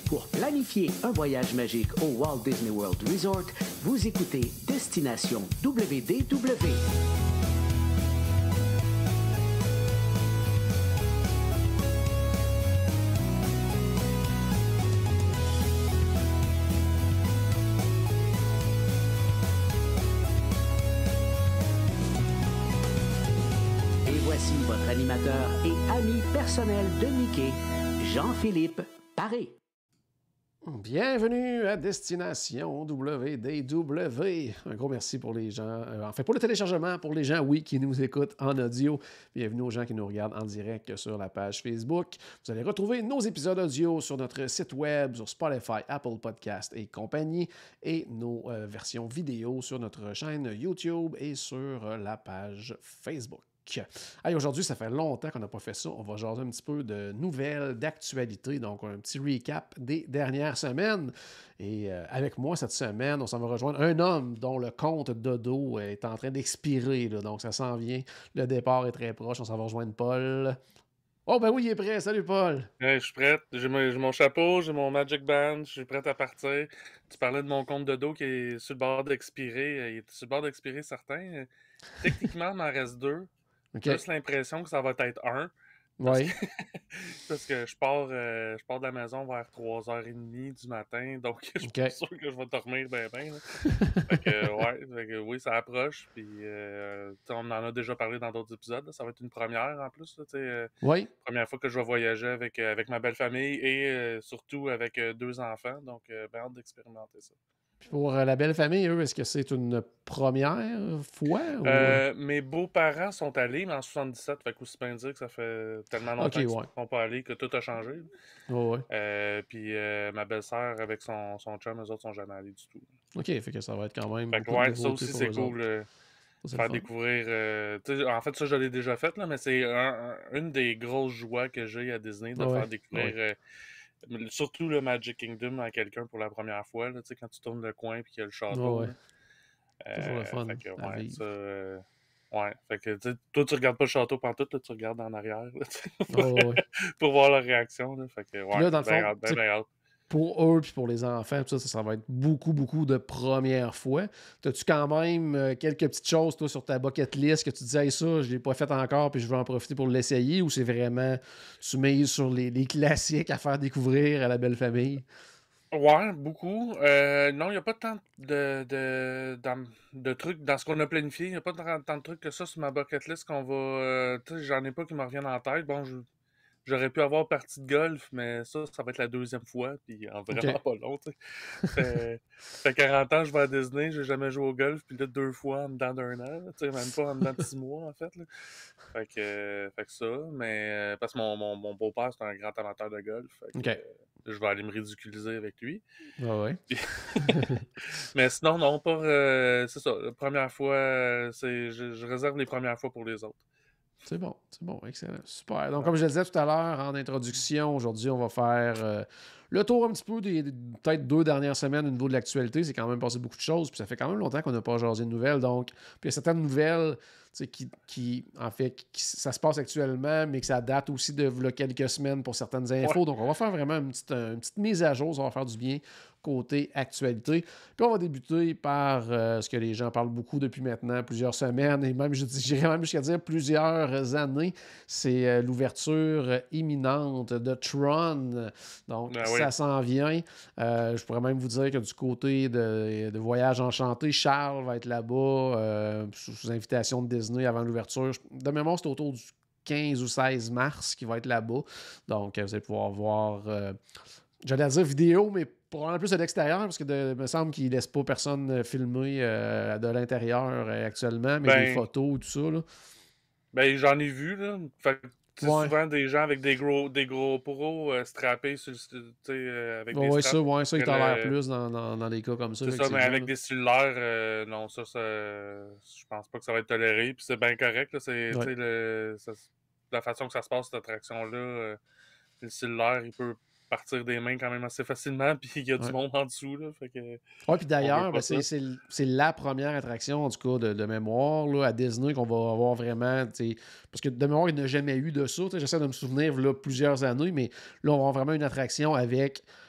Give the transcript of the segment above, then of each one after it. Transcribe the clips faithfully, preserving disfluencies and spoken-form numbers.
Pour planifier un voyage magique au Walt Disney World Resort, vous écoutez Destination W D W. Et voici votre animateur et ami personnel de Mickey, Jean-Philippe Paré. Bienvenue à Destination W D W. Un gros merci pour les gens, euh, en fait pour le téléchargement, pour les gens, oui, qui nous écoutent en audio. Bienvenue aux gens qui nous regardent en direct sur la page Facebook. Vous allez retrouver nos épisodes audio sur notre site web, sur Spotify, Apple Podcast et compagnie, et nos euh, versions vidéo sur notre chaîne YouTube et sur euh, la page Facebook. Hey, aujourd'hui, ça fait longtemps qu'on n'a pas fait ça. On va jaser un petit peu de nouvelles, d'actualité, donc un petit recap des dernières semaines. Et euh, avec moi cette semaine, on s'en va rejoindre un homme dont le compte Dodo est en train d'expirer, là, donc ça s'en vient. Le départ est très proche. On s'en va rejoindre Paul. Oh ben oui, il est prêt. Salut Paul. Ouais, je suis prête. J'ai mon, j'ai mon chapeau, j'ai mon Magic Band, je suis prête à partir. Tu parlais de mon compte Dodo qui est sur le bord d'expirer. Il est sur le bord d'expirer, certain. Techniquement, il m'en reste deux. J'ai OK. juste l'impression que ça va être un. Oui. Parce que, parce que je pars euh, je pars de la maison vers trois heures trente du matin, donc je suis OK. pas sûr que je vais dormir bien bien. Fait que ouais, fait que oui, ça approche. Puis euh, tu sais, on en a déjà parlé dans d'autres épisodes. Là. Ça va être une première en plus. Là, tu sais, euh, Oui. première fois que je vais voyager avec, euh, avec ma belle famille et euh, surtout avec euh, deux enfants. Donc euh, ben hâte d'expérimenter ça. Puis pour euh, la belle famille, eux, est-ce que c'est une première fois? Ou... Euh, mes beaux-parents sont allés, mais en soixante-dix-sept, fait qu'aussi bien dire que ça fait tellement longtemps OK, qu'ils ouais. ne sont pas allés que tout a changé. Oh, ouais. Euh, puis euh, ma belle-sœur avec son, son chum, eux autres sont jamais allés du tout. OK, fait que ça va être quand même Fait que beaucoup de ouais, ça nouveautés aussi pour c'est eux cool. autres. euh, Ça, c'est le faire fun. découvrir. euh, tu sais, en fait, ça, je l'ai déjà fait, là, mais c'est un- un- une des grosses joies que j'ai à Disney de Ah ouais, faire découvrir. ouais. euh, surtout le Magic Kingdom à quelqu'un pour la première fois. Là, tu sais, quand tu tournes le coin et qu'il y a le Ah château. ouais. là. Toujours le Euh, fun fait que à ouais, vivre. ça. euh, ouais, fait que tu sais, toi, tu regardes pas le château pantoute, là, tu regardes en arrière là, tu sais, pour, Ah ouais. pour voir leur réaction. Là, fait que Puis ouais, là, dans le ben fond, hâte, ben, tu sais, ben hâte. pour eux puis pour les enfants, puis ça, ça, ça va être beaucoup, beaucoup de premières fois. T'as-tu quand même euh, quelques petites choses, toi, sur ta bucket list que tu disais, hey, ça, je l'ai pas fait encore puis je veux en profiter pour l'essayer, ou c'est vraiment, tu mises sur les, les classiques à faire découvrir à la belle famille? Ouais, beaucoup. Euh, non, il n'y a pas tant de, de, dans- de trucs dans ce qu'on a planifié. Il n'y a pas tant, tant de trucs que ça sur ma bucket list qu'on va. euh, tu sais, j'en ai pas qui me reviennent en tête. Bon, je- j'aurais pu avoir partie de golf, mais ça, ça va être la deuxième fois, puis en OK. vraiment pas long, tu sais. Fait, fait quarante ans, je vais à Disney, j'ai jamais joué au golf, puis là, deux fois en dedans d'un an, là, tu sais, même pas en dedans de six mois, en fait, là. Fait que, euh, fait que ça, mais euh, parce que mon, mon, mon beau-père, c'est un grand amateur de golf, fait que, OK. euh, je vais aller me ridiculiser avec lui. Ah ouais. Mais sinon, non, pas. euh, c'est ça. La première fois, euh, c'est, je, je réserve les premières fois pour les autres. C'est bon, c'est bon, excellent, super. Donc, comme je le disais tout à l'heure en introduction, aujourd'hui, on va faire euh, le tour un petit peu des, des- peut-être deux dernières semaines au niveau de l'actualité. C'est quand même passé beaucoup de choses, puis ça fait quand même longtemps qu'on n'a pas jasé de nouvelles. Donc, puis il y a certaines nouvelles tu sais, qui, qui, en fait, qui- ça se passe actuellement, mais que ça date aussi de v'là quelques semaines pour certaines infos. Ouais. Donc, on va faire vraiment une petite, une petite mise à jour, ça va faire du bien côté actualité. Puis on va débuter par euh, ce que les gens parlent beaucoup depuis maintenant plusieurs semaines, et même, je dirais même jusqu'à dire plusieurs années, c'est euh, l'ouverture imminente de Tron. Donc, Ben ça oui. s'en vient. Euh, je pourrais même vous dire que du côté de, de Voyage Enchanté, Charles va être là-bas euh, sous, sous invitation de Disney avant l'ouverture. Je- De mémoire, c'est autour du quinze ou seize mars qui va être là-bas. Donc, euh, vous allez pouvoir voir... euh, J'allais dire vidéo, mais probablement plus de l'extérieur, parce que de, il me semble qu'il ne laisse pas personne euh, filmer euh, de l'intérieur euh, actuellement, mais des Ben, photos, tout ça. Là. ben j'en ai vu, là. Fait que c'est Ouais. souvent des gens avec des gros, des gros pros euh, strappés sur le, tu sais, euh, avec des Ouais, straps. ça, ouais, ça, il Que tolère le- plus dans, dans, dans les cas comme ça, C'est ça, mais effectivement. avec là. des cellulaires, euh, non, ça, ça, je pense pas que ça va être toléré. Puis c'est bien correct, là. C'est, tu Ouais. sais, le, ça- la façon que ça se passe, cette attraction-là, euh, le cellulaire, il peut partir des mains quand même assez facilement, puis il y a du Ouais. monde en dessous, là. Fait que, Ouais, puis on veut d'ailleurs, pas ben, ça. c'est, c'est, c'est la première attraction, en tout cas, de, de mémoire là, à Disney qu'on va avoir vraiment. tu sais, Parce que de mémoire, il n'y a jamais eu de ça. tu sais, J'essaie de me souvenir là, plusieurs années, mais là, on va avoir vraiment une attraction avec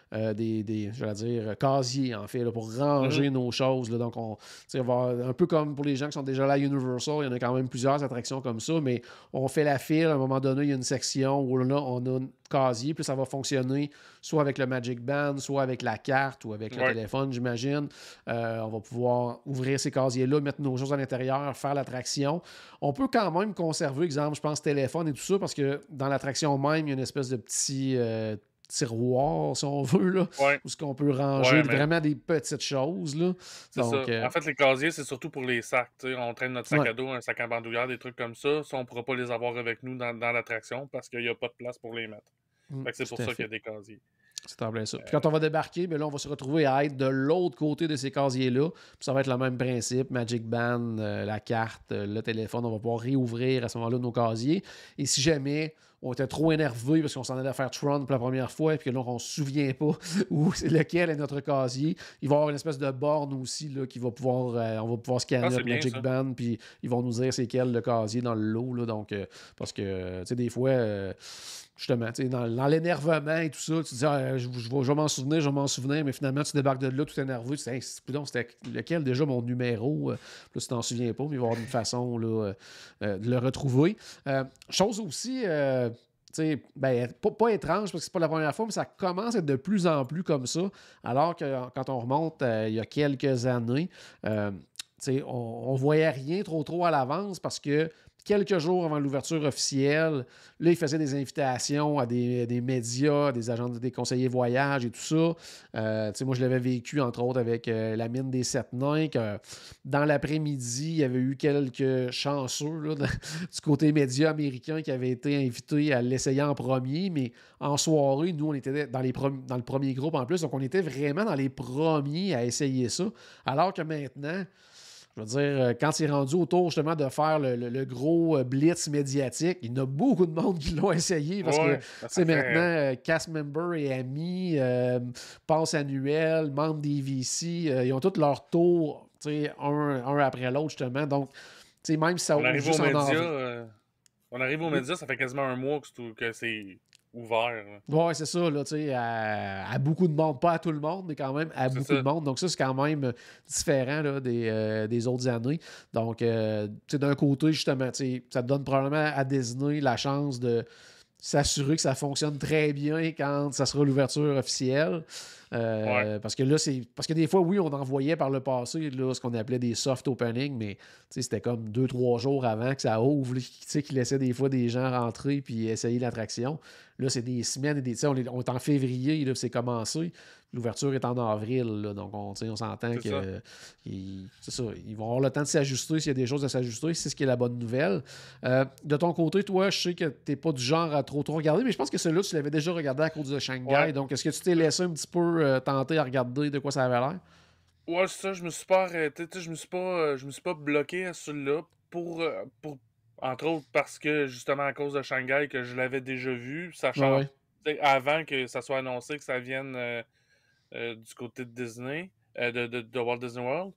euh, des, des, je vais dire, casiers, en fait, là, pour ranger Mhm. nos choses. Là. Donc, on, tu sais, on va, un peu comme pour les gens qui sont déjà là à Universal, il y en a quand même plusieurs attractions comme ça, mais on fait la file, à un moment donné, il y a une section où là, on a un casier, puis ça va fonctionner soit avec le Magic Band, soit avec la carte ou avec le Ouais. téléphone, j'imagine. Euh, on va pouvoir ouvrir ces casiers-là, mettre nos choses à l'intérieur, faire l'attraction. On peut quand même conserver, exemple, je pense, téléphone et tout ça, parce que dans l'attraction même, il y a une espèce de petit euh, tiroir, si on veut, là, Ouais. où ce qu'on peut ranger Ouais, mais vraiment des petites choses. Là. c'est Donc, ça. euh, En fait, les casiers, c'est surtout pour les sacs. Tu sais, on traîne notre sac ouais. à dos, un sac à bandoulière, des trucs comme ça. Ça, on pourra pas les avoir avec nous dans, dans l'attraction parce qu'il n'y a pas de place pour les mettre. Mm, Fait que c'est pour tout à ça qu'il y fait. a des casiers. C'est en plein ça. Puis Euh, quand on va débarquer, ben là, on va se retrouver à être de l'autre côté de ces casiers-là. Puis ça va être le même principe. Magic Band, euh, la carte, euh, le téléphone, on va pouvoir réouvrir à ce moment-là nos casiers. Et si jamais on était trop énervé parce qu'on s'en allait faire Tron pour la première fois et puis que là, on ne se souvient pas où c'est lequel est notre casier, il va y avoir une espèce de borne aussi là, qui va pouvoir, euh, on va pouvoir scanner Ah, c'est notre bien Magic ça. Band puis ils vont nous dire c'est quel le casier dans le lot. Là, donc, euh, parce que, tu sais, des fois... euh, justement, tu sais, dans, dans l'énervement et tout ça, tu te dis, ah, je, je vais, je vais m'en souvenir, je vais m'en souvenir, mais finalement, tu débarques de là tout énervé, tu te dis, hey, c'est- coudonc, c'était lequel déjà mon numéro? Euh, Puis là, tu t'en souviens pas, mais il va y avoir une façon là, euh, euh, de le retrouver. Euh, chose aussi, euh, tu sais, ben, pas, pas étrange, parce que c'est pas la première fois, mais ça commence à être de plus en plus comme ça, alors que quand on remonte euh, il y a quelques années, euh, tu sais, on, on voyait rien trop trop à l'avance parce que quelques jours avant l'ouverture officielle, là, ils faisaient des invitations à des, des médias, des agents, des conseillers voyage et tout ça. Euh, tu sais, moi, je l'avais vécu, entre autres, avec euh, la mine des Sept Nains, que dans l'après-midi, il y avait eu quelques chanceux là, du côté média américain qui avaient été invités à l'essayer en premier, mais en soirée, nous, on était dans, les prom- dans le premier groupe en plus, donc on était vraiment dans les premiers à essayer ça, alors que maintenant... Je veux dire, euh, quand c'est rendu autour justement de faire le, le- le gros euh, blitz médiatique, il y en a beaucoup de monde qui l'ont essayé parce que, Ouais, tu ben, sais, ça maintenant, fait. euh, cast member et amis, euh, passe annuel, membres des V C, euh, ils ont tous leur tour, tu sais, un, un après l'autre justement. Donc, tu sais, même si ça On ouvre arrive aux juste en médias. avril. euh, On arrive aux médias, ça fait quasiment un mois que c'est tout- que c'est ouvert. Là. Ouais, c'est ça, là, tu sais, à, à beaucoup de monde, pas à tout le monde, mais quand même à C'est beaucoup de ça. monde. Donc, ça, c'est quand même euh, différent là, des, euh, des autres années. Donc, euh, tu sais, d'un côté, justement, tu sais, ça te donne probablement à Disney la chance de s'assurer que ça fonctionne très bien quand ça sera l'ouverture officielle. Ouais. Euh, parce que là, c'est. Parce que des fois, oui, on en voyait par le passé là, ce qu'on appelait des soft openings, mais tu sais, c'était comme deux, trois jours avant que ça ouvre, là, tu sais, qui laissait des fois des gens rentrer puis essayer l'attraction. Là, c'est des semaines et des. Tu sais, on est, on est en février, là, c'est commencé. L'ouverture est en avril, là, donc on, tu sais, on s'entend C'est ça. que ils- c'est ça, ils vont avoir le temps de s'ajuster s'il y a des choses à s'ajuster, c'est ce qui est la bonne nouvelle. Euh, de ton côté, toi, je sais que tu n'es pas du genre à trop trop regarder, mais je pense que celui-là, tu l'avais déjà regardé à cause de Shanghai. Ouais. Donc, est-ce que tu t'es laissé un petit peu euh, tenter à regarder de quoi ça avait l'air? Ouais, c'est ça, je me suis pas arrêté. Tu sais, je me suis pas, euh, je me suis pas bloqué à celui-là pour, euh, pour, entre autres, parce que justement à cause de Shanghai que je l'avais déjà vu, Ouais, sachant, ouais. tu sais, avant que ça soit annoncé que ça vienne euh, euh, du côté de Disney, euh, de, de, de Walt Disney World.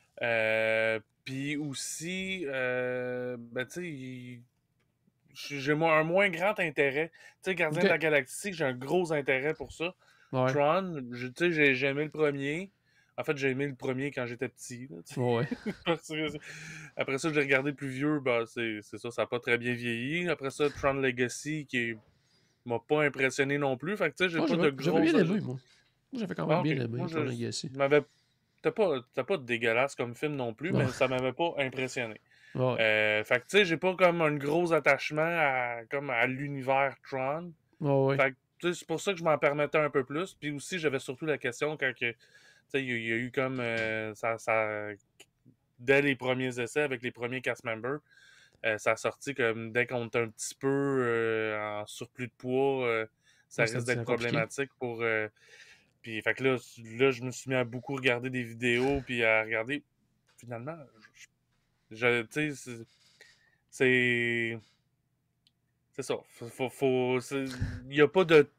Euh, Puis aussi, euh, ben tu sais, il- j'ai mo- un moins grand intérêt. Tu sais, Gardien de la OK. Galaxie, j'ai un gros intérêt pour ça. Ouais. Tron, je- tu sais, j'ai j'ai aimé le premier. En fait, j'ai aimé le premier quand j'étais petit. Là, tu sais. Ouais, ouais. Parce que c'est- Après ça, je l'ai regardé plus vieux, bah, c'est c'est ça, ça n'a pas très bien vieilli. Après ça, Tron Legacy, qui est- m'a pas impressionné non plus. Fait que tu sais, j'ai Moi, pas de j'avais j'avais grosses. bien aimé, moi. Moi, j'avais quand Ah, même bien ok. Moi, aimé, je Tron Legacy. m'avais. C'était pas, c'était pas dégueulasse comme film non plus, Ouais. mais ça m'avait pas impressionné. Ouais. Euh, fait que tu sais, j'ai pas comme un gros attachement à, comme à l'univers Tron. Ouais, ouais. Fait que tu sais, c'est pour ça que je m'en permettais un peu plus. Puis aussi, j'avais surtout la question quand que, tu sais, il y, a il y a eu comme euh, ça, ça- dès les premiers essais avec les premiers cast members, euh, ça a sorti comme dès qu'on est un petit peu euh, en surplus de poids, euh, ça Ouais, risque c'était d'être c'était compliqué. problématique pour. euh, puis fait que là, là, je me suis mis à beaucoup regarder des vidéos puis à regarder. Finalement, je, je- tu sais, c'est. C'est c'est ça. Faut, faut, faut- c'est- il y a pas de.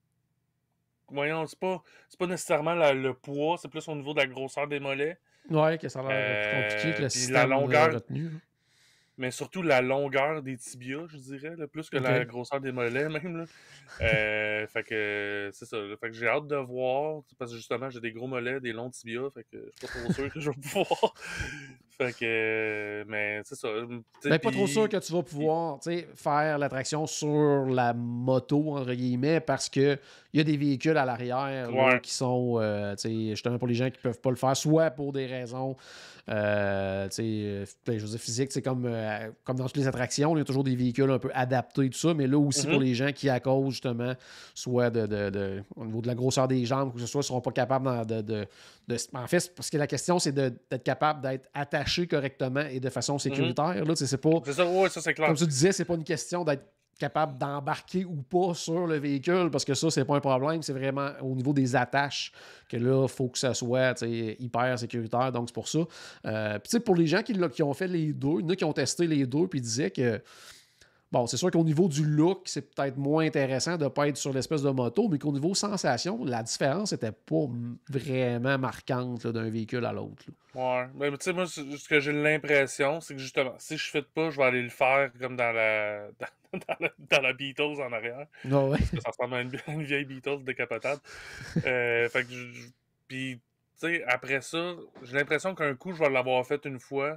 Voyons, c'est pas, c'est pas nécessairement la- le poids, c'est plus au niveau de la grosseur des mollets. Ouais, que ça a l'air plus compliqué que Euh, le puis la système de longueur. retenue. Là. mais surtout la longueur des tibias, je dirais, là, plus que OK. la grosseur des mollets même. Là. Euh, fait que c'est ça. Là. Fait que j'ai hâte de voir, parce que justement, j'ai des gros mollets, des longs tibias, fait que je suis pas trop sûr que je vais pouvoir. Fait que, mais c'est ça. Ben, pas trop sûr Puis, que tu vas pouvoir tu sais, faire l'attraction sur la moto, entre guillemets, parce que il y a des véhicules à l'arrière là, ouais. qui sont, euh, tu sais, justement pour les gens qui peuvent pas le faire, soit pour des raisons, euh, tu sais, euh, ben, je veux dire, physiques, c'est comme, euh, comme dans toutes les attractions, il y a toujours des véhicules un peu adaptés, tout ça, mais là aussi pour Mhm. les gens qui, à cause, justement, soit de, de- de- au niveau de la grosseur des jambes, ou que ce soit, ne seront pas capables d'en- de, de- de- En fait, c'est- parce que la question, c'est de- d'être capable d'être attaché correctement et de façon Mhm. sécuritaire. Là, tu sais, c'est pas, C'est ça, ouais, ça c'est clair. comme tu disais, c'est pas une question d'être capable d'embarquer ou pas sur le véhicule, parce que ça, c'est pas un problème. C'est vraiment au niveau des attaches que là, il faut que ça soit tu sais, hyper sécuritaire. Donc, c'est pour ça. Euh, puis, tu sais, pour les gens qui, là, qui ont fait les deux, il y en a qui ont testé les deux, puis ils disaient que bon, c'est sûr qu'au niveau du look, c'est peut-être moins intéressant de ne pas être sur l'espèce de moto, mais qu'au niveau sensation, la différence n'était pas m- vraiment marquante là, d'un véhicule à l'autre. là. Ouais. Mais tu sais, moi, ce ce que j'ai l'impression, c'est que justement, si je fais pas, je vais aller le faire comme dans la dans, dans la, dans la Beatles en arrière. Ah ouais. Parce que ça ressemble à une, une vieille Beatles décapotable. Euh, fait que je- je- Puis, tu sais, après ça, j'ai l'impression qu'un coup, je vais l'avoir fait une fois.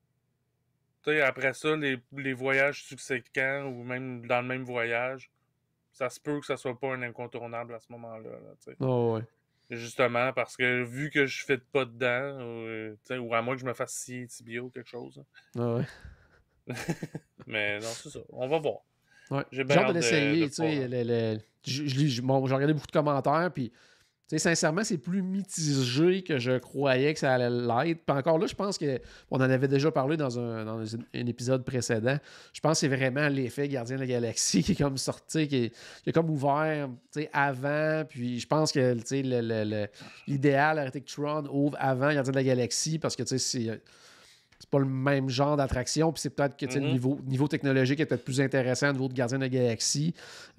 Tu sais, après ça, les, les voyages subséquents ou même dans le même voyage, ça se peut que ça soit pas un incontournable à ce moment-là. Là, tu sais. Ah ouais. Justement, parce que vu que je fais pas dedans, ou, tu sais, ou à moins que je me fasse scier tibia ou quelque chose. Ah ouais. Mais non, c'est ça. On va voir. Ouais. J'ai J'ai bien hâte de hâte de, de l'essayer. Tu sais, pouvoir. le- le- je- je lis- je- bon, j'ai regardé beaucoup de commentaires, puis tu sais, sincèrement, c'est plus mitigé que je croyais que ça allait l'être. Puis encore là, je pense que on en avait déjà parlé dans un, dans un, un épisode précédent. Je pense que c'est vraiment l'effet Gardien de la Galaxie qui est comme sorti, qui est, qui est comme ouvert tu sais, avant. Puis je pense que tu sais, le- le- le- l'idéal arrêter que Tron ouvre avant Gardien de la Galaxie parce que tu sais, c'est. C'est pas le même genre d'attraction, puis c'est peut-être que tu sais, le Mhm. niveau, niveau technologique est peut-être plus intéressant au niveau de Gardien de la Galaxie.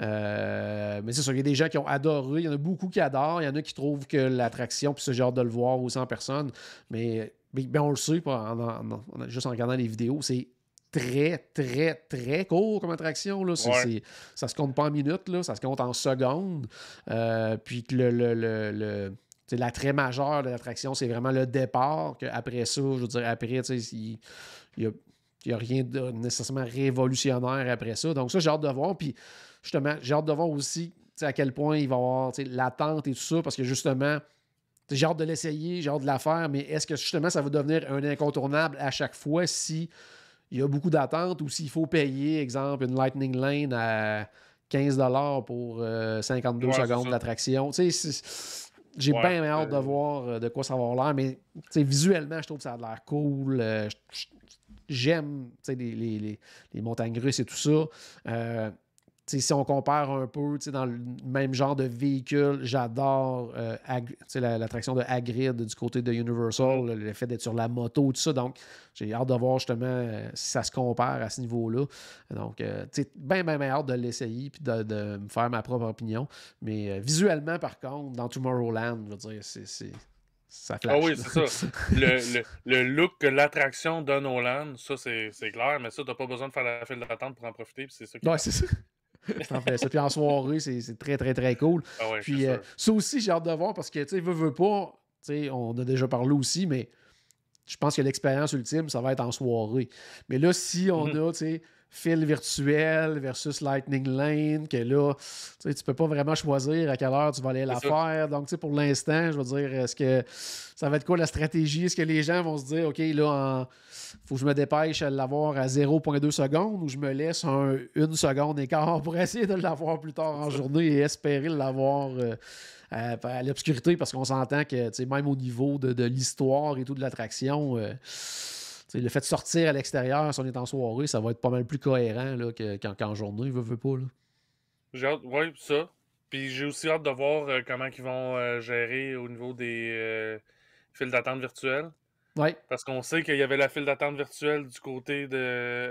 Euh, mais c'est sûr, il y a des gens qui ont adoré, il y en a beaucoup qui adorent, il y en a qui trouvent que l'attraction, puis c'est genre de le voir aussi en personne. Mais, mais, ben, on le sait, pas, en, en- en- juste en regardant les vidéos, c'est très, très, très court comme attraction. Là. C'est, Ouais. c'est- ça se compte pas en minutes, là, ça se compte en secondes. Euh, puis que le, le, le, le- tu sais, l'attrait majeur de l'attraction, c'est vraiment le départ. Qu'après ça, je veux dire, après, tu sais, il n'y a, il y a rien de nécessairement révolutionnaire après ça. Donc, ça, j'ai hâte de voir. Puis, justement, j'ai hâte de voir aussi tu sais, à quel point il va y avoir tu sais, l'attente et tout ça. Parce que, justement, tu sais, j'ai hâte de l'essayer, j'ai hâte de la faire. Mais est-ce que, justement, ça va devenir un incontournable à chaque fois si il y a beaucoup d'attente ou s'il faut payer, exemple, une Lightning Lane à quinze dollars pour euh, cinquante-deux Ouais, c'est secondes ça. d'attraction? Tu sais, c'est- j'ai Ouais. bien hâte de Euh, voir euh, de quoi ça va avoir l'air, mais tu sais, visuellement, je trouve que ça a l'air cool. Euh, je- je- J'aime tu sais, les, les- les- les montagnes russes et tout ça. Euh, tu sais, si on compare un peu tu sais, dans le même genre de véhicule, j'adore euh, Ag- tu sais, la- l'attraction de Hagrid du côté de Universal, Mhm. le, le fait d'être sur la moto, tout ça. Donc, j'ai hâte de voir justement euh, si ça se compare à ce niveau-là. Donc, euh, tu sais, bien, bien, bien hâte de l'essayer et de, de me faire ma propre opinion. Mais euh, visuellement, par contre, dans Tomorrowland, je veux dire, c'est, c'est- ça Ah flash. oui, là. c'est ça. Le, le, le look que l'attraction donne au land, ça c'est c'est clair, mais ça, t'as pas besoin de faire la file d'attente pour en profiter, puis c'est ça qui est Ouais, plate. c'est ça. C'est en fait ça. Puis en soirée, c'est c'est très, très, très cool. Ah ouais, c'est Puis euh, sûr. ça aussi, j'ai hâte de voir parce que, tu sais, veux, veux pas, tu sais, on a déjà parlé aussi, mais je pense que l'expérience ultime, ça va être en soirée. Mais là, si on Mhm. a, tu sais, fil virtuel versus Lightning Lane, que là, tu sais, tu peux pas vraiment choisir à quelle heure tu vas aller la C'est ça. faire. Donc, tu sais, pour l'instant, je veux dire, est-ce que ça va être quoi la stratégie? Est-ce que les gens vont se dire, OK, là, en... faut que je me dépêche à l'avoir à zéro virgule deux secondes ou je me laisse un, une seconde écart pour essayer de l'avoir plus tard en journée et espérer l'avoir euh, à, à l'obscurité parce qu'on s'entend que, tu sais, même au niveau de, de l'histoire et tout de l'attraction, euh, tu sais, le fait de sortir à l'extérieur, si on est en soirée, ça va être pas mal plus cohérent là, que, qu'en, qu'en journée, veut, veut pas. Là. J'ai hâte, ouais, ça. Puis j'ai aussi hâte de voir euh, comment ils vont euh, gérer au niveau des euh, files d'attente virtuelles. Ouais, Parce qu'on sait qu'il y avait la file d'attente virtuelle du côté de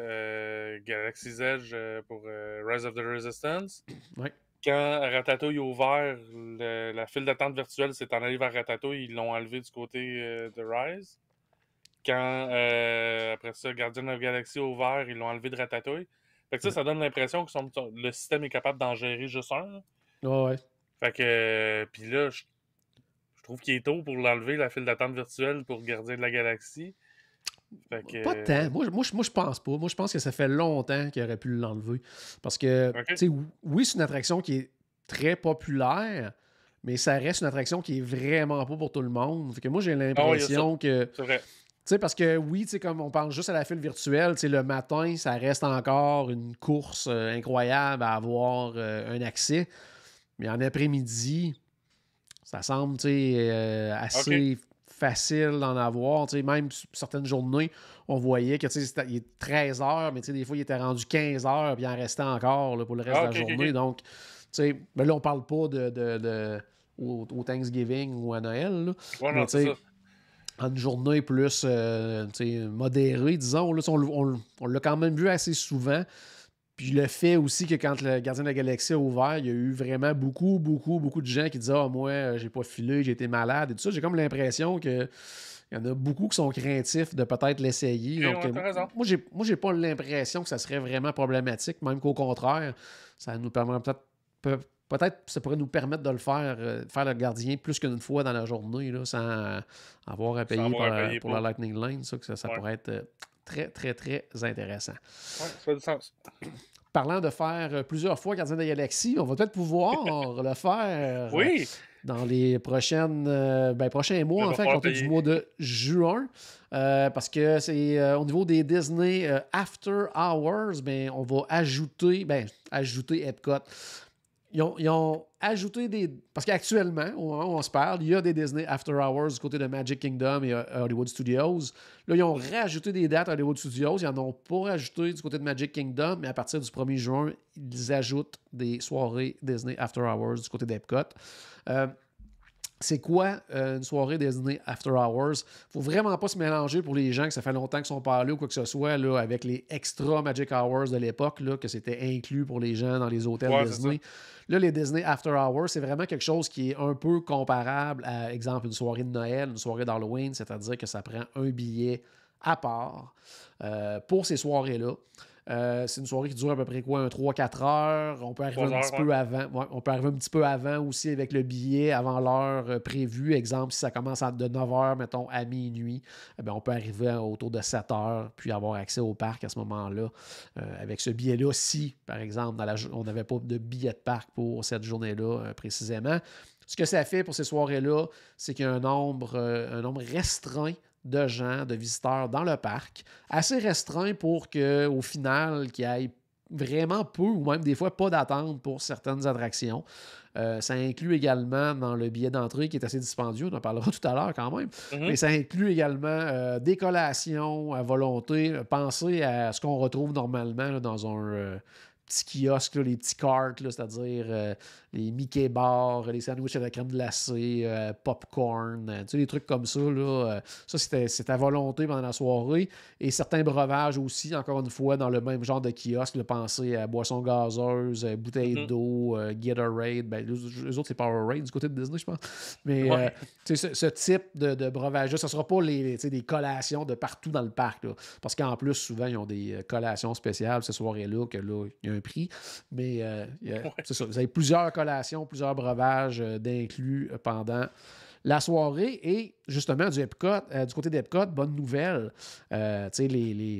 euh, Galaxy's Edge euh, pour euh, Rise of the Resistance. ouais. Quand Ratatouille a ouvert, le- la file d'attente virtuelle s'est en allée vers Ratatouille, ils l'ont enlevé du côté euh, de Rise. quand, euh, après ça, Guardian of the Galaxy a ouvert, ils l'ont enlevé de Ratatouille. Fait que ça, ça donne l'impression que son- son- le système est capable d'en gérer juste un. là. Ouais, ouais. Fait que, euh, puis là, je je trouve qu'il est tôt pour l'enlever, la file d'attente virtuelle pour Gardien de la Galaxie. Fait que, Pas tant. Moi, je- moi, je- moi, je pense pas. Moi, je pense que ça fait longtemps qu'il aurait pu l'enlever. Parce que, Ok. tu sais, oui, c'est une attraction qui est très populaire, mais ça reste une attraction qui est vraiment pas pour tout le monde. Fait que moi, j'ai Ah ouais, il y a ça. l'impression que... C'est vrai. Tu sais, parce que oui, tu sais, comme on pense juste à la file virtuelle, tu sais, le matin, ça reste encore une course euh, incroyable à avoir euh, un accès. Mais en après-midi, ça semble, tu sais, euh, assez facile d'en avoir. Tu sais, même sur certaines journées, on voyait que, tu sais, c'était- il est treize heures, mais tu sais, des fois, il était rendu quinze heures, puis il en restait encore là, pour le reste Ah, de la ok, ok, journée. ok. Donc, tu sais, mais là, on parle pas de, de, de- au, au Thanksgiving ou à Noël, là. Ouais, Mais non, tu c'est sais, ça. en une journée plus euh, tu sais, modérée, disons. Là, on, on- on l'a quand même vu assez souvent. Puis le fait aussi que quand le Gardien de la Galaxie a ouvert, il y a eu vraiment beaucoup, beaucoup, beaucoup de gens qui disaient Ah, moi, euh, j'ai pas filé, j'ai été malade et tout ça. J'ai comme l'impression que il y en a beaucoup qui sont craintifs de peut-être l'essayer. Ok, Donc, ouais, euh, t'as raison. moi, j'ai, moi, j'ai pas l'impression que ça serait vraiment problématique, même qu'au contraire, ça nous permet peut-être. peut- Peut-être ça pourrait nous permettre de le faire, euh, de faire le gardien plus qu'une fois dans la journée, là, sans euh, avoir à Sans payer avoir pour, à la, payer pour la pour. Lightning Lane. Ça, que ça, ça Ouais. pourrait être euh, très, très, très intéressant. Ouais, ça fait du sens. Parlant de faire euh, plusieurs fois Gardien de la Galaxie, on va peut-être pouvoir le faire euh, Oui! dans les prochaines, euh, ben, prochains mois, Il en va fait, à falloir compter du payer. mois de juin. Euh, parce que c'est euh, au niveau des Disney euh, After Hours, ben, on va ajouter, ben, ajouter Epcot. Ils ont, ils ont ajouté des. Parce qu'actuellement, au moment où on se parle, il y a des Disney After Hours du côté de Magic Kingdom et euh, Hollywood Studios. Là, ils ont rajouté des dates à Hollywood Studios. Ils n'en ont pas rajouté du côté de Magic Kingdom, mais à partir du premier juin, ils ajoutent des soirées Disney After Hours du côté d'Epcot. Euh, C'est quoi euh, une soirée Disney After Hours? Faut vraiment pas se mélanger pour les gens que ça fait longtemps qu'ils sont pas allés ou quoi que ce soit là, avec les extra Magic Hours de l'époque, là, que c'était inclus pour les gens dans les hôtels Ouais, c'est Disney. Là, les Disney After Hours, c'est vraiment quelque chose qui est un peu comparable à, exemple, une soirée de Noël, une soirée d'Halloween, c'est-à-dire que ça prend un billet à part euh, pour ces soirées-là. Euh, c'est une soirée qui dure à peu près quoi, un trois quatre heures. On peut arriver Trois un heures, petit ouais. peu avant. Ouais, on peut arriver un petit peu avant aussi avec le billet, avant l'heure euh, prévue. Exemple, si ça commence à, de neuf heures, mettons, à minuit, eh bien, on peut arriver à- autour de sept heures, puis avoir accès au parc à ce moment-là. Euh, avec ce billet-là, si, par exemple, dans la, jo- on n'avait pas de billet de parc pour cette journée-là euh, précisément. Ce que ça fait pour ces soirées-là, c'est qu'il y a un nombre, euh, un nombre restreint de gens, de visiteurs dans le parc, assez restreint pour qu'au final, qu'il y ait vraiment peu ou même des fois pas d'attente pour certaines attractions. Euh, ça inclut également dans le billet d'entrée qui est assez dispendieux, on en parlera tout à l'heure quand même, Mhm. mais ça inclut également euh, des collations à volonté. Pensez à ce qu'on retrouve normalement là, dans un euh, petit kiosque, là, les petits carts, là, c'est-à-dire euh, les Mickey bars, les sandwichs à la crème glacée, euh, popcorn, euh, tu sais, des trucs comme ça. Là, euh, ça, c'était, c'était à volonté pendant la soirée. Et certains breuvages aussi, encore une fois, dans le même genre de kiosque. Là, pensez à boissons gazeuses, euh, bouteilles Mhm. d'eau, euh, Gatorade. Ben, les, les autres, c'est Powerade du côté de Disney, je pense. Mais Ouais. euh, tu sais, ce, ce type de, de breuvage-là, ce ne sera pas les, tu sais, des collations de partout dans le parc. Là, parce qu'en plus, souvent, ils ont des euh, collations spéciales ces soirées-là, que là, il y a un prix. Mais euh, il y a- Ouais. c'est ça. Vous avez plusieurs collations, plusieurs breuvages euh, d'inclus euh, pendant la soirée. Et justement, du Epcot, euh, du côté d'Epcot, bonne nouvelle. Euh, tu sais, les, les,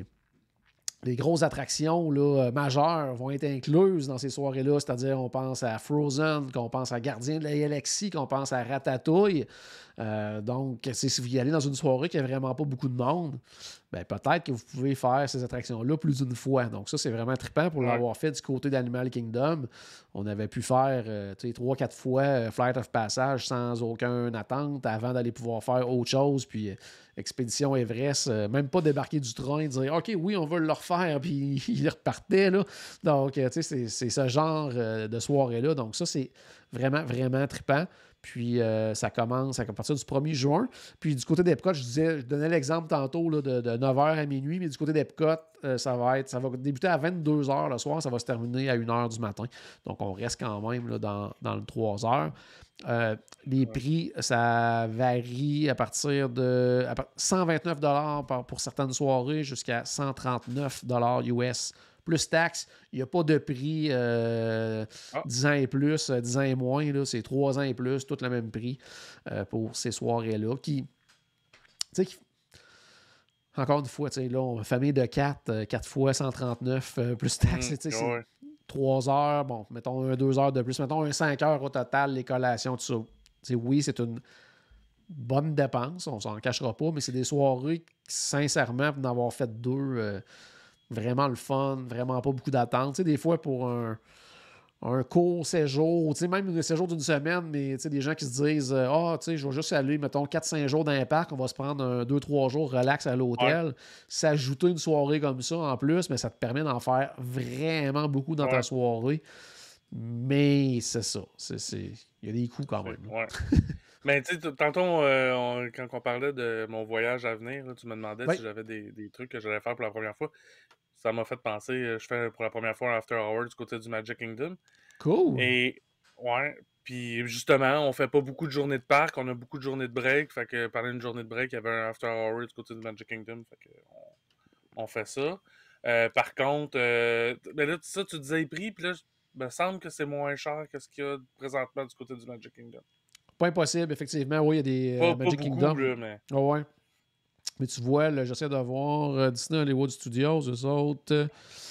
les grosses attractions là, euh, majeures vont être incluses dans ces soirées-là. C'est-à-dire, on pense à Frozen, qu'on pense à Gardien de la Galaxie, qu'on pense à Ratatouille. Euh, donc, c'est- si vous y allez dans une soirée qui n'a vraiment pas beaucoup de monde, ben, peut-être que vous pouvez faire ces attractions-là plus d'une fois. Donc, ça, c'est vraiment trippant pour Ouais. l'avoir fait du côté d'Animal Kingdom. On avait pu faire euh, tu sais, trois, quatre fois euh, Flight of Passage sans aucune attente avant d'aller pouvoir faire autre chose. Puis, euh, Expédition Everest, euh, même pas débarquer du train, dire OK, oui, on va le refaire, puis il repartait. Là. Donc, euh, tu sais, c'est, c'est ce genre euh, de soirée-là. Donc, ça, c'est vraiment, vraiment trippant. Puis euh, ça commence à partir du premier juin. Puis du côté d'Epcot, je disais, je donnais l'exemple tantôt là, de, de neuf heures à minuit, mais du côté d'Epcot, euh, ça va être, ça va débuter à vingt-deux heures le soir, ça va se terminer à une heure du matin. Donc on reste quand même là, dans, dans le trois heures. Euh, les prix, ça varie à partir de à part, cent vingt-neuf dollars pour certaines soirées jusqu'à cent trente-neuf dollars U S plus taxes. Il n'y a pas de prix euh, ah. dix ans et plus, dix ans et moins. Là, c'est trois ans et plus, tout le même prix euh, pour ces soirées-là. Qui, qui, encore une fois, là, on, famille de quatre, quatre fois cent trente-neuf euh, plus taxes. Mmh, c'est ouais. trois heures, bon, mettons un deux heures de plus, mettons un cinq heures au total, les collations, tout ça. T'sais, oui, c'est une bonne dépense, on s'en cachera pas, mais c'est des soirées qui, sincèrement, pour en avoir fait deux, euh, vraiment le fun, vraiment pas beaucoup d'attente. Des fois, pour un, un court séjour, même un séjour d'une semaine, mais des gens qui se disent « Ah, oh, je vais juste aller, mettons, quatre cinq jours dans un parc, on va se prendre deux trois jours relax à l'hôtel. Ouais. » S'ajouter une soirée comme ça en plus, mais ça te permet d'en faire vraiment beaucoup dans ouais. ta soirée. Mais c'est ça. C'est, c'est... Il y a des coûts quand même. Ouais. Mais tu sais, tantôt, euh, on, quand on parlait de mon voyage à venir, là, tu me demandais ouais. si j'avais des, des trucs que j'allais faire pour la première fois. Ça m'a fait penser, je fais pour la première fois un After Hours du côté du Magic Kingdom. Cool! Et, ouais, puis justement, on fait pas beaucoup de journées de parc, on a beaucoup de journées de break. Fait que pendant une journée de break, il y avait un After Hours du côté du Magic Kingdom. Fait que on, on fait ça. Euh, par contre, euh, ben là, ça, tu disais les prix, puis là, il me semble que c'est moins cher que ce qu'il y a présentement du côté du Magic Kingdom. Pas impossible, effectivement. Oui, il y a des pas, euh, Magic pas Kingdom. Beaucoup, là, mais... Oh, ouais. Mais tu vois, là, j'essaie de voir euh, Disney Hollywood Studios, eux autres.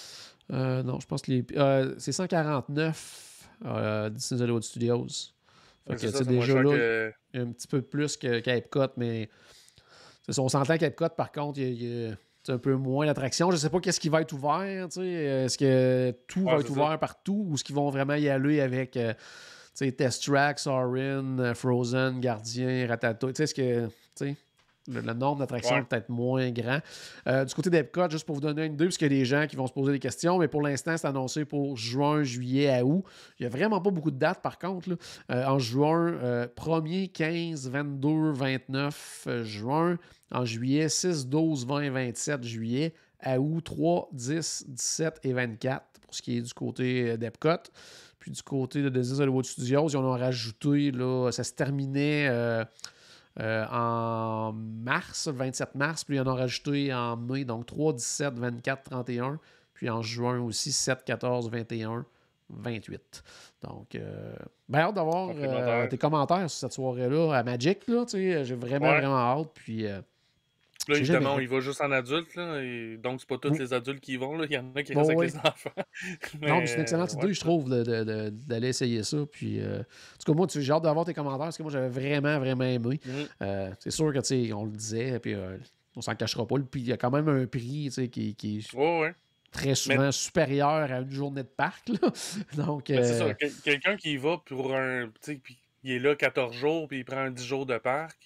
Euh, non, je pense que les, euh, c'est cent quarante-neuf euh, Disney Hollywood Studios. Fait ouais, que, ça, déjà là, que... un petit peu plus que, qu'à Epcot, mais c'est, on s'entend qu'à Epcot, par contre, il y a, y a un peu moins d'attractions. Je ne sais pas qu'est-ce qui va être ouvert. T'sais. Est-ce que tout ouais, va être ouvert ça. Partout ou est-ce qu'ils vont vraiment y aller avec euh, Test Track, Soarin', Frozen, Gardien, Ratatouille? Est-ce que... T'sais, Le, le nombre d'attractions ouais. est peut-être moins grand. Euh, du côté d'Epcot, juste pour vous donner une idée, parce qu'il y a des gens qui vont se poser des questions, mais pour l'instant, c'est annoncé pour juin, juillet à août. Il n'y a vraiment pas beaucoup de dates, par contre. Là. Euh, en juin, euh, premier, quinze, vingt-deux, vingt-neuf euh, juin. En juillet, six, douze, vingt, vingt-sept juillet. À août, trois, dix, dix-sept et vingt-quatre pour ce qui est du côté d'Epcot. Puis du côté de Disney Hollywood Studios, ils en ont rajouté, là, ça se terminait... Euh, Euh, en mars, le vingt-sept mars, puis il y en a rajouté en mai, donc trois, dix-sept, vingt-quatre, trente et un, puis en juin aussi sept, quatorze, vingt et un, vingt-huit. Donc, euh, ben hâte d'avoir euh, tes commentaires sur cette soirée-là à Magic, là, tu sais, j'ai vraiment, ouais. vraiment hâte, puis... Euh, Là, évidemment, on y va juste en adulte, là, et donc c'est pas tous oui. les adultes qui y vont, là. Il y en a qui restent bon, avec oui. les enfants. Mais, non, mais c'est une excellente idée, ouais, je trouve, de, de, de, d'aller essayer ça. Puis, euh, en tout cas, moi, j'ai hâte d'avoir tes commentaires, parce que moi, j'avais vraiment, vraiment aimé. Mm-hmm. Euh, c'est sûr que, tu sais, on le disait, puis euh, on s'en cachera pas. Puis il y a quand même un prix, tu sais, qui, qui est oh, ouais. très souvent mais... supérieur à une journée de parc, là. Donc, euh... c'est ça, Quel- quelqu'un qui y va pour un, tu sais, puis il est là quatorze jours, puis il prend un dix jours de parc...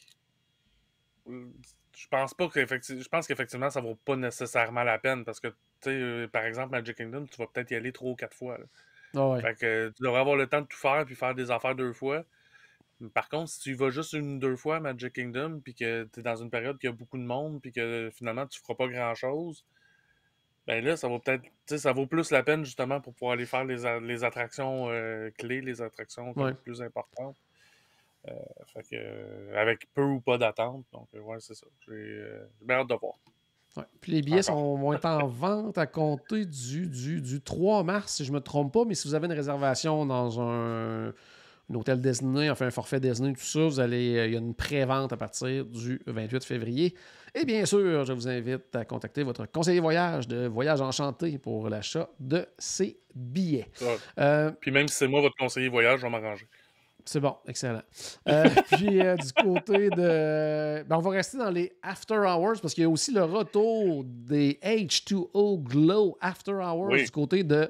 Je pense pas qu'effectivement, je pense qu'effectivement, ça vaut pas nécessairement la peine parce que, tu sais, euh, par exemple, Magic Kingdom, tu vas peut-être y aller trois ou quatre fois. Là. Oh ouais. Fait que euh, tu devrais avoir le temps de tout faire puis faire des affaires deux fois. Par contre, si tu y vas juste une ou deux fois à Magic Kingdom puis que tu es dans une période qui a beaucoup de monde puis que finalement, tu feras pas grand-chose, ben là, ça vaut peut-être, tu sais, ça vaut plus la peine justement pour pouvoir aller faire les, a- les attractions euh, clés, les attractions Ouais. les plus importantes. Euh, fait que, euh, avec peu ou pas d'attente. Donc, euh, ouais, c'est ça. J'ai, euh, j'ai bien hâte de voir. Ouais. Puis les billets sont, vont être en vente à compter du, du, du trois mars, si je ne me trompe pas. Mais si vous avez une réservation dans un, un hôtel Disney, enfin un forfait Disney, tout ça, vous allez, il y a une pré-vente à partir du vingt-huit février. Et bien sûr, je vous invite à contacter votre conseiller voyage de Voyage Enchanté pour l'achat de ces billets. Ouais. Euh, Puis même si c'est moi votre conseiller voyage, je vais m'arranger. C'est bon, excellent. Euh, puis euh, du côté de... Ben, on va rester dans les After Hours parce qu'il y a aussi le retour des H deux O Glow After Hours oui. du côté de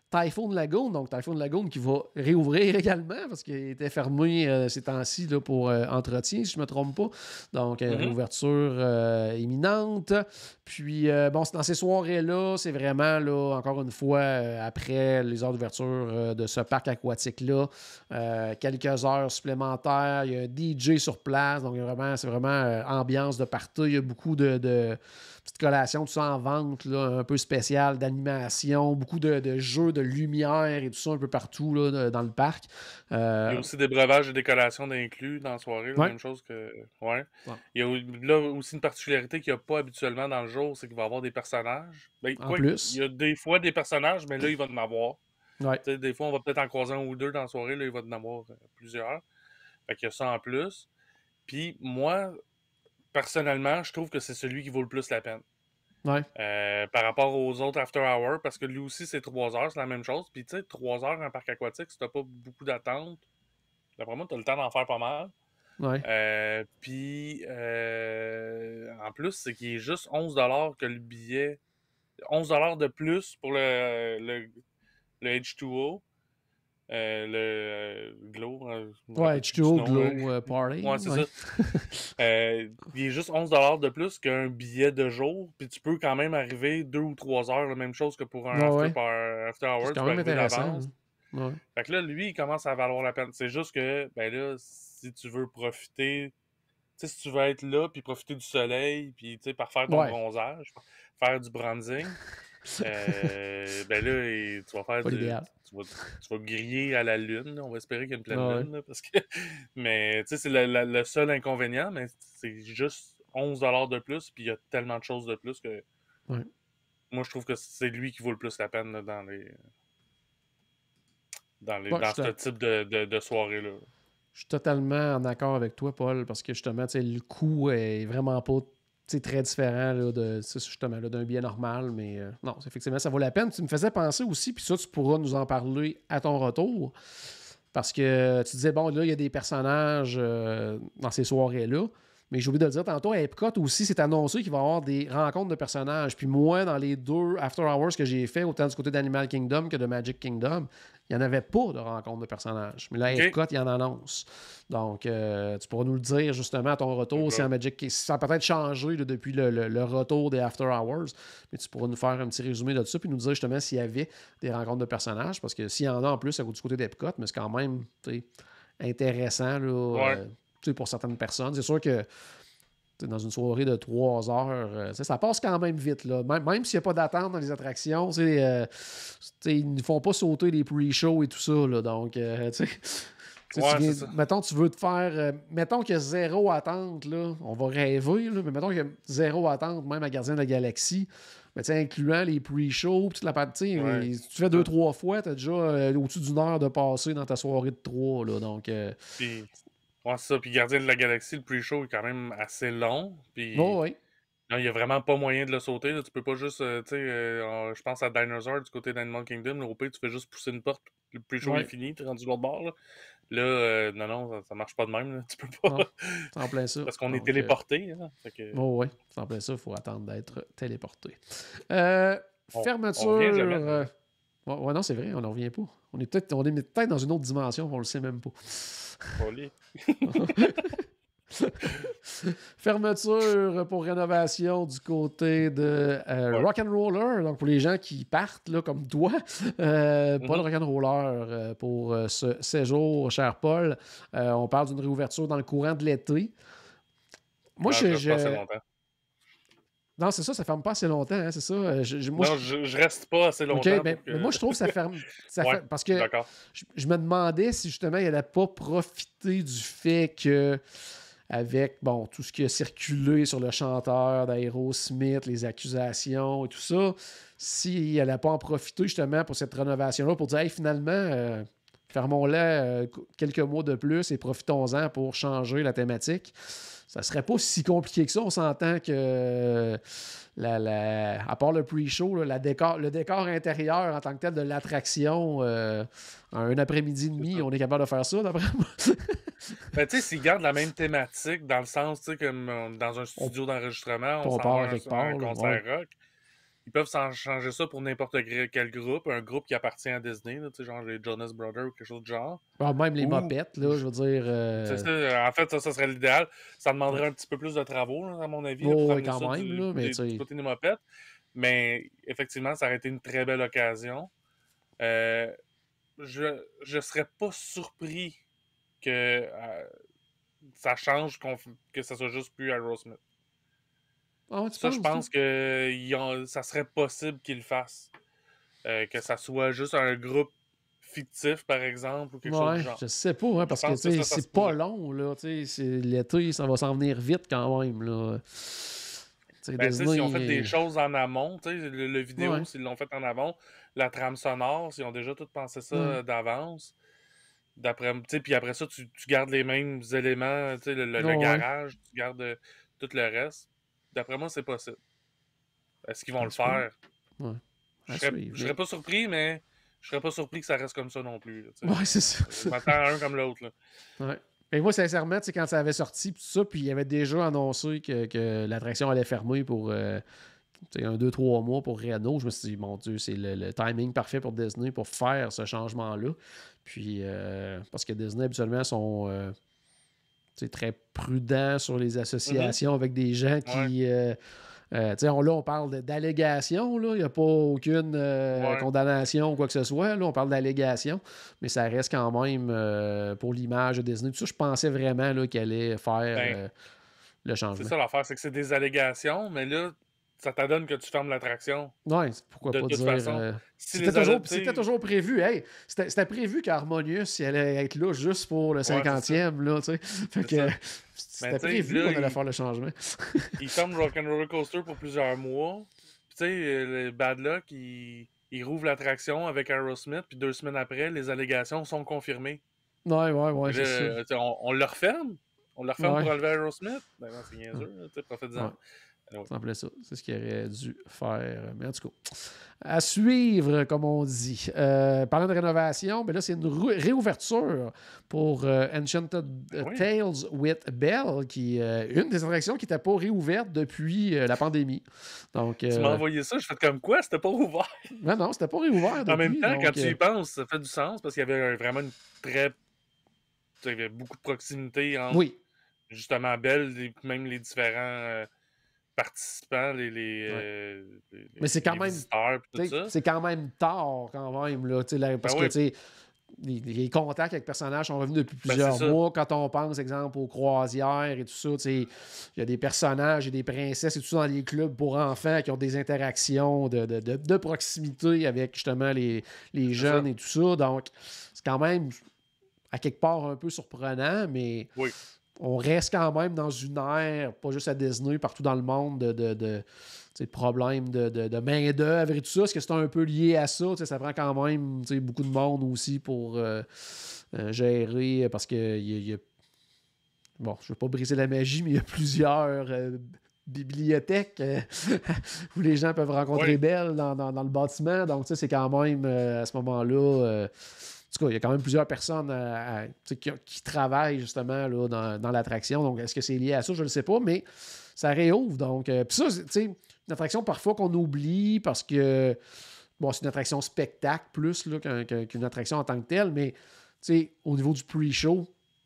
Typhoon Lagoon. Donc, Typhoon Lagoon qui va réouvrir également parce qu'il était fermé euh, ces temps-ci là, pour euh, entretien, si je ne me trompe pas. Donc, euh, mm-hmm. réouverture euh, imminente. Puis, euh, bon, dans ces soirées-là, c'est vraiment, là, encore une fois, euh, après les heures d'ouverture euh, de ce parc aquatique-là, euh, quelques heures supplémentaires. Il y a un D J sur place. Donc, vraiment, c'est vraiment euh, ambiance de party. Il y a beaucoup de... de petites collations, tout ça en vente, là, un peu spécial, d'animation, beaucoup de, de jeux, de lumière et tout ça un peu partout là, de, dans le parc. Euh... Il y a aussi des breuvages et des collations d'inclus dans la soirée, la ouais. même chose que... Ouais. ouais. Il y a là aussi une particularité qu'il n'y a pas habituellement dans le jour, c'est qu'il va y avoir des personnages. Ben, en quoi, plus. Il y a des fois des personnages, mais là, il va en avoir. Ouais. Des fois, on va peut-être en croiser un ou deux dans la soirée, là, il va en avoir plusieurs. Fait qu'il y a ça en plus. Puis moi, personnellement, je trouve que c'est celui qui vaut le plus la peine. Ouais. Euh, par rapport aux autres After Hours, parce que lui aussi, c'est trois heures, c'est la même chose. Puis, tu sais, trois heures en parc aquatique, si t'as pas beaucoup d'attente, d'après moi, t'as le temps d'en faire pas mal. Ouais. Euh, puis, euh, en plus, c'est qu'il est juste onze dollars que le billet. onze dollars de plus pour le, le, le H deux O. Euh, le euh, Glow. Euh, ouais, H deux O Glow euh, Party. Ouais, c'est ouais. ça. euh, il est juste onze dollars de plus qu'un billet de jour. Puis tu peux quand même arriver deux ou trois heures, la même chose que pour un ouais, after, par, after Hour. C'est quand même intéressant. Ouais. Fait que là, lui, il commence à valoir la peine. C'est juste que, ben là, si tu veux profiter, tu sais, si tu veux être là, puis profiter du soleil, puis tu sais, par faire ton ouais. bronzage, faire du bronzing. euh, ben là, et, tu vas faire pas du. L'idéal. Tu vas, tu vas griller à la lune. Là. On va espérer qu'il y ait une pleine ouais. lune. Là, parce que... mais tu sais, c'est le, le, le seul inconvénient, mais c'est juste onze dollars de plus, puis il y a tellement de choses de plus que. Ouais. Moi, je trouve que c'est lui qui vaut le plus la peine là, dans les. Dans, les, ouais, dans ce t- type de, de, de soirée-là. Je suis totalement en accord avec toi, Paul, parce que justement, le coût est vraiment pas très différent là, de, justement, là, d'un billet normal, mais euh, non, effectivement, ça vaut la peine. Tu me faisais penser aussi, puis ça, tu pourras nous en parler à ton retour, parce que tu disais, bon, là, il y a des personnages euh, dans ces soirées-là, mais j'ai oublié de le dire tantôt, à Epcot aussi, c'est annoncé qu'il va y avoir des rencontres de personnages. Puis moi, dans les deux After Hours que j'ai fait, autant du côté d'Animal Kingdom que de Magic Kingdom, il n'y en avait pas de rencontres de personnages. Mais là, à okay. Epcot, il y en annonce. Donc, euh, tu pourras nous le dire justement à ton retour, si en Magic, ça a peut-être changé là, depuis le, le, le retour des After Hours, mais tu pourras nous faire un petit résumé de ça, puis nous dire justement s'il y avait des rencontres de personnages, parce que s'il y en a en plus, ça va du côté d'Epcot, mais c'est quand même intéressant là, ouais. euh, pour certaines personnes. C'est sûr que dans une soirée de trois heures, euh, ça passe quand même vite. Là. Même, même s'il n'y a pas d'attente dans les attractions, euh, ils ne font pas sauter les pre-shows et tout ça. Là, donc, euh, ouais, tu viens, mettons, tu veux te faire... Euh, mettons qu'il y a zéro attente, là, on va rêver, là, mais mettons qu'il y a zéro attente, même à Gardien de la Galaxie, mais incluant les pre-shows, toute la partie, ouais. Si tu fais deux, trois fois, tu as déjà euh, au-dessus d'une heure de passer dans ta soirée de trois. Là, donc... Euh, Puis... Ouais, c'est ça. Puis Gardien de la Galaxie, le pre-show est quand même assez long. Puis oh, oui. il n'y a vraiment pas moyen de le sauter. Là. Tu peux pas juste, euh, tu sais, euh, je pense à Dinosaur du côté d'Animal Kingdom. Là, au pire, tu fais juste pousser une porte. Le pre-show ouais. est fini, tu es rendu de l'autre bord. Là, là euh, non, non, ça, ça marche pas de même. Là. Tu peux pas. C'est en plein ça. Parce qu'on Donc, est téléporté. Euh... Hein. Fait que... oh, oui, c'est en plein ça. Il faut attendre d'être téléporté. Euh, on, fermeture. On jamais, euh... ouais, ouais, non, c'est vrai, on n'en revient pas. On est peut-être on est peut-être dans une autre dimension, on le sait même pas. Fermeture pour rénovation du côté de euh, ouais. Rock'n'Roller, donc pour les gens qui partent là, comme toi, euh, mm-hmm. pas de Rock'n'Roller euh, pour euh, ce séjour, cher Paul. Euh, on parle d'une réouverture dans le courant de l'été. Moi, ah, je. je... Pas assez longtemps. Non, c'est ça, ça ferme pas assez longtemps, hein, c'est ça. Je, je, moi, non, je... je reste pas assez longtemps. Okay, ben, que... mais moi, je trouve que ça ferme. Ça ouais, fait... Parce que je, je me demandais si justement il n'allait pas profiter du fait que, avec bon, tout ce qui a circulé sur le chanteur d'Aerosmith, les accusations et tout ça, s'il n'allait pas en profiter justement pour cette rénovation-là, pour dire hey, finalement, euh, fermons-la euh, quelques mois de plus et profitons-en pour changer la thématique. Ça serait pas si compliqué que ça. On s'entend que, la, la, à part le pre-show, là, la décor, le décor intérieur en tant que tel de l'attraction, euh, un après-midi et demi, on est capable de faire ça, d'après moi. Ben, tu sais, s'ils gardent la même thématique, dans le sens, tu sais, comme dans un studio on, d'enregistrement, on, on s'en part va quelque un, part, un là, concert ouais. rock, ils peuvent s'en changer ça pour n'importe quel groupe, un groupe qui appartient à Disney, là, genre les Jonas Brothers ou quelque chose de genre. Ah, même les Ou, mopettes, là, je veux dire. c'est Euh... ça, en fait, ça, ça serait l'idéal. Ça demanderait Ouais. un petit peu plus de travaux, là, à mon avis, là, Oh, pour ouais, amener quand ça même, du, là, mais des- tu du sais. côté des mopettes. Mais effectivement, ça aurait été une très belle occasion. Euh, je je serais pas surpris que euh, ça change, qu'on f- que ça soit juste plus Aerosmith. Ah, ouais, tu Ça, je penses, toi? pense que ils ont- ça serait possible qu'ils le fassent. Euh, que ça soit juste un groupe fictif, par exemple, ou quelque chose du Ouais, genre. je sais pas, hein, Je parce que, pense tu que sais, ça, ça se c'est pas pourrait. long, là, tu sais, c'est l'été, ça va s'en venir vite quand même, là. Tu sais, Ben, tu sais, s'ils ont fait des Disney... choses en amont, tu sais, le, le vidéo, Ouais. s'ils l'ont fait en amont, la trame sonore, s'ils ont déjà tout pensé ça Ouais. euh, d'avance, d'après, tu sais, puis après ça, tu, tu gardes les mêmes éléments, tu sais, le, le- le Ouais, ouais. garage, tu gardes euh, tout le reste. D'après moi, c'est possible. Est-ce qu'ils vont Ça le se peut. faire? Ouais. Je À serais, suivre. je Mais... serais pas surpris, mais je serais pas surpris que ça reste comme ça non plus, là, tu sais. Ouais, c'est ça. Je m'attends à un comme l'autre, là. Ouais. Et moi, sincèrement, tu sais, quand ça avait sorti, pis tout ça, puis il avait déjà annoncé que, que l'attraction allait fermer pour euh, tu sais, un, deux, trois mois pour Renault, je me suis dit, mon Dieu, c'est le, le timing parfait pour Disney pour faire ce changement-là. Puis, euh, parce que Disney, habituellement, sont euh, tu sais, très prudents sur les Mhm. associations avec des gens Ouais, qui. Euh, euh, tu sais, on, là, on parle de- d'allégations, là. Il n'y a pas aucune euh, ouais. condamnation ou quoi que ce soit. Là, on parle d'allégations, mais ça reste quand même euh, pour l'image de Disney. Tout ça, je pensais vraiment là, qu'elle allait faire Ben, euh, le c'est changement. ça l'affaire, c'est que c'est des allégations, mais là, ça t'adonne que tu fermes l'attraction. Ouais, pourquoi De pas toute dire. façon, euh, si c'était les toujours, allé... tu c'était sais, toujours prévu. Hey, c'était, c'était prévu qu'Harmonious il allait être là juste pour le ouais, c'est ça, cinquantième. Là, tu sais. Fait c'est que ça. c'était Mais tu sais, prévu qu'on là, allait ils faire le changement. il ferment Rock'n'Roller Coaster pour plusieurs mois. Puis tu sais, le Bad Luck, il, il rouvre l'attraction avec Aerosmith, puis deux semaines après, les allégations sont confirmées. Ouais, ouais, ouais, Fait que c'est ça. là, tu sais, on, on le referme. On le referme pour Ouais. enlever Aerosmith. Ben non, c'est Ouais. niaiseux, là, tu sais, profite-en. Ouais. Anyway. Ça me plaît ça. C'est ce qu'il aurait dû faire. Mais en tout cas, à suivre, comme on dit. Euh, parlant de rénovation, ben là, c'est une rou- réouverture pour euh, Enchanted Ben oui. Tales with Belle, qui euh, une des attractions qui n'était pas réouverte depuis euh, la pandémie. Donc, Tu m'as euh, envoyé ça, je fais comme quoi, c'était pas ouvert. non, non, c'était pas réouvert En même depuis. temps, quand Donc, tu euh, y penses, ça fait du sens parce qu'il y avait un- vraiment une très. Tu sais, il y avait beaucoup de proximité entre oui. justement Belle et même les différents euh, participants, les, les, Ouais. euh, les, Mais c'est les quand même, visiteurs et tout tu sais, ça. c'est quand même tard, quand même, là, tu sais, là, parce Ben que, oui, tu sais, les, les contacts avec personnages sont revenus depuis ben c'est plusieurs ça. mois. Quand on pense, exemple, aux croisières et tout ça, tu sais, il y a des personnages et des princesses et tout ça dans les clubs pour enfants qui ont des interactions de, de, de, de proximité avec justement les, les C'est jeunes ça. et tout ça. Donc, c'est quand même à quelque part un peu surprenant, mais Oui. on reste quand même dans une ère, pas juste à Disney, partout dans le monde, de, de, de, tu sais, de problèmes de, de, de main-d'œuvre et tout ça. Est-ce que c'est un peu lié à ça? Tu sais, ça prend quand même tu sais, beaucoup de monde aussi pour euh, euh, gérer, parce que il y a, il y a- bon, je ne veux pas briser la magie, mais il y a plusieurs euh, bibliothèques euh, où les gens peuvent rencontrer Oui. Belle dans, dans, dans le bâtiment. Donc, tu sais, c'est quand même euh, à ce moment-là. euh, en tout cas, il y a quand même plusieurs personnes à- à- tu sais, qui, qui travaillent justement là, dans, dans l'attraction. Donc, est-ce que c'est lié à ça? Je ne le sais pas, mais ça réouvre. Donc, euh, puis ça, c'est, tu sais, une attraction parfois qu'on oublie parce que, bon, c'est une attraction spectacle plus là, qu'un- qu'un- qu'une attraction en tant que telle, mais tu sais, au niveau du pre-show,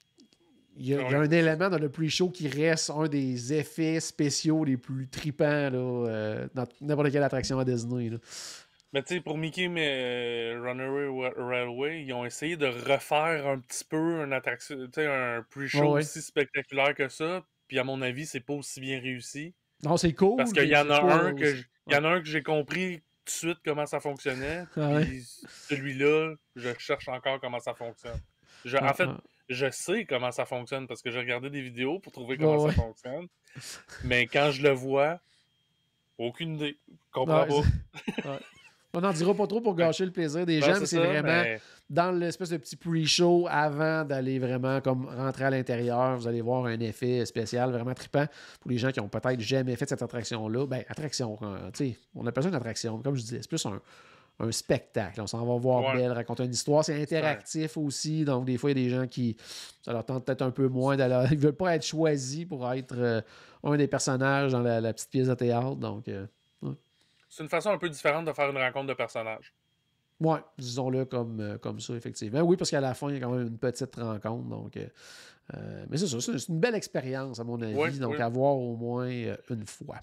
il y, a, il y a Oui. un élément dans le pre-show qui reste un des effets spéciaux les plus tripants là, euh, dans n'importe quelle attraction à Disney. Là. Mais tu sais, pour Mickey mais Runaway Wa- Railway, ils ont essayé de refaire un petit peu une attraction, tu sais, un pre-show Ouais, ouais. aussi spectaculaire que ça. Puis à mon avis, c'est pas aussi bien réussi. Non, c'est Parce cool, qu'il mais y en c'est a pas un que aussi. j- il y Ouais. en a un que j'ai compris tout de suite comment ça fonctionnait. Ah ouais. Puis celui-là, je cherche encore comment ça fonctionne. Je, en Ah, fait, ah. je sais comment ça fonctionne parce que j'ai regardé des vidéos pour trouver Ouais, comment ça ouais. fonctionne. Mais quand je le vois, aucune idée. Je comprends Ouais, pas. c'est- ouais. On n'en dira pas trop pour Fait que- gâcher le plaisir des non, gens, c'est mais c'est ça, vraiment mais dans l'espèce de petit pre-show avant d'aller vraiment comme rentrer à l'intérieur. Vous allez voir un effet spécial vraiment trippant pour les gens qui ont peut-être jamais fait cette attraction-là. Ben, attraction, euh, tu sais, on appelle ça une attraction. Comme je disais, c'est plus un, un spectacle. On s'en va voir ouais, Belle raconter une histoire. C'est c'est un- interactif aussi. Donc, des fois, il y a des gens qui. Ça leur tente peut-être un peu moins d'aller. Ils veulent pas être choisis pour être euh, un des personnages dans la, la petite pièce de théâtre. Donc, euh, ouais. c'est une façon un peu différente de faire une rencontre de personnages. Ouais, disons-le comme, euh, comme ça, effectivement. Oui, parce qu'à la fin, il y a quand même une petite rencontre. Donc, euh, euh, mais c'est ça, c'est une belle expérience, à mon avis. Oui, Donc, oui. à voir au moins euh, une fois.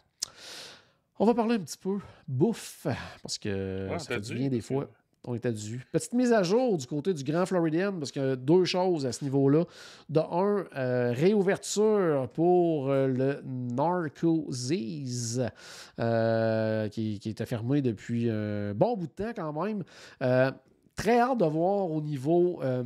On va parler un petit peu bouffe, parce que Ouais, ça t'as fait du dû, bien des parce que... fois. On était dû. Petite mise à jour du côté du Grand Floridian, parce qu'il y a deux choses à ce niveau-là. De un, euh, réouverture pour euh, le Narcosis, euh, qui, qui était fermé depuis un bon bout de temps quand même. Euh, très hâte de voir au niveau euh,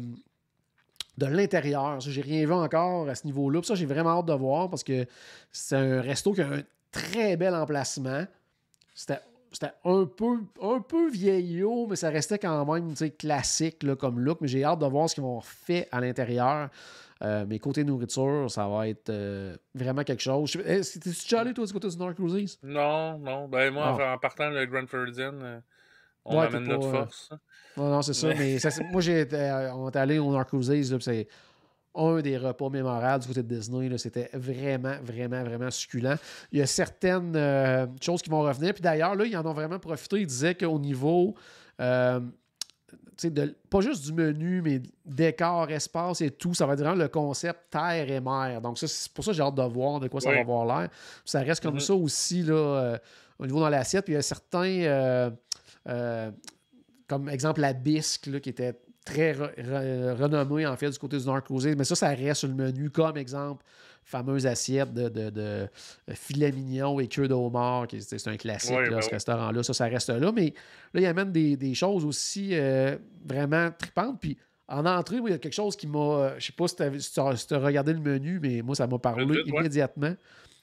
de l'intérieur. Ça, j'ai rien vu encore à ce niveau-là. Puis ça, j'ai vraiment hâte de voir, parce que c'est un resto qui a un très bel emplacement. C'était C'était un peu, un peu vieillot, mais ça restait quand même classique là, comme look. Mais j'ai hâte de voir ce qu'ils vont faire à l'intérieur. Euh, mais côté nourriture, ça va être euh, vraiment quelque chose. Est-ce que t'es déjà allé, toi, du côté du North Cruises? Non, non. Ben moi, Ah, en, en partant le Grand Floridian, euh, on ouais, t'es amène pas. notre euh, force. Non, non, c'est ça. Mais Mais ça, c'est- moi, j'ai été, euh, on est allé au North Cruises, là, puis c'est un des repas mémorables du côté de Disney. Là. C'était vraiment, vraiment, vraiment succulent. Il y a certaines euh, choses qui vont revenir. Puis d'ailleurs, là, ils en ont vraiment profité. Ils disaient qu'au niveau, euh, tu sais, de, pas juste du menu, mais décor, espace et tout, ça va être vraiment le concept terre et mer. Donc, ça, c'est pour ça que j'ai hâte de voir de quoi ça va oui. avoir l'air. Puis ça reste comme Mhm. ça aussi, là, euh, au niveau dans l'assiette. Puis il y a certains, euh, euh, comme exemple la bisque, là, qui était très re- re- renommée en fait du côté du North Cruises, mais ça, ça reste sur le menu comme exemple fameuse assiette de, de, de filet mignon et queue de homard, qui c'est un classique Oui, là, ben ce oui. restaurant-là, ça, ça reste là, mais là, il amène des, des choses aussi euh, vraiment tripantes, puis en entrée, oui, il y a quelque chose qui m'a, euh, je sais pas si tu as, si t'as regardé le menu, mais moi, ça m'a Vite, parlé vite, ouais. immédiatement.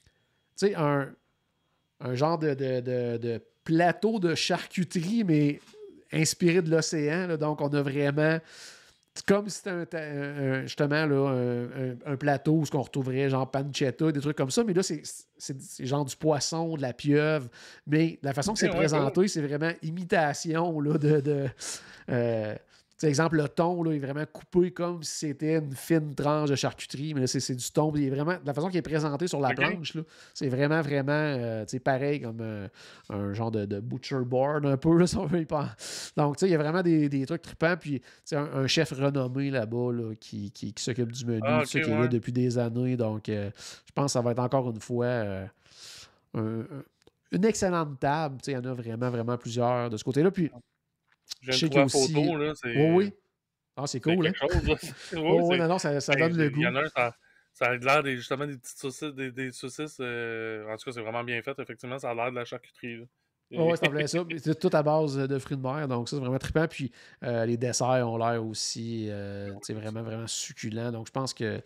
Tu sais, un, un genre de, de, de, de plateau de charcuterie, mais inspiré de l'océan. Là. Donc, on a vraiment... C'est comme si c'était un, ta- un- justement là, un, un- un plateau où on retrouverait genre pancetta, des trucs comme ça. Mais là, c'est, c'est, c'est genre du poisson, de la pieuvre. Mais la façon que Ok, c'est ouais, cool. présenté, c'est vraiment imitation là, de... de euh, tu sais, exemple, le thon là, est vraiment coupé comme si c'était une fine tranche de charcuterie, mais là, c'est, c'est du thon. Il est vraiment, la façon qu'il est présenté sur la Ok. planche, là, c'est vraiment, vraiment euh, tu sais, pareil comme euh, un genre de, de butcher board un peu, là, si on veut y penser. Donc, tu sais, il y a vraiment des, des trucs trippants. Puis, tu sais, un, un chef renommé là-bas là, qui, qui, qui s'occupe du menu, Ah, tout ok, ça, qui est là ouais. depuis des années. Donc, euh, je pense que ça va être encore une fois euh, un- un- une excellente table. Tu sais, il y en a vraiment, vraiment plusieurs de ce côté-là. Puis, Je je viens de sais qu'il y trouver a la aussi. photo, là. Oui, C'est oui. Ah, c'est c'est cool, hein? quelque chose, là. Oui, oui, Oh, oui, c'est. non, non, ça, ça Hey, donne le il y goût. en a un, ça, ça a l'air des, justement des petites saucisses, des, des saucisses. euh, En tout cas, c'est vraiment bien fait, effectivement. Ça a l'air de la charcuterie, là. Oh, Et- ouais, c'est en plein ça. Mais c'est tout à base de fruits de mer. Donc, ça, c'est vraiment trippant. Puis, euh, les desserts ont l'air aussi euh, tu sais, vraiment, vraiment succulents. Donc, je pense que.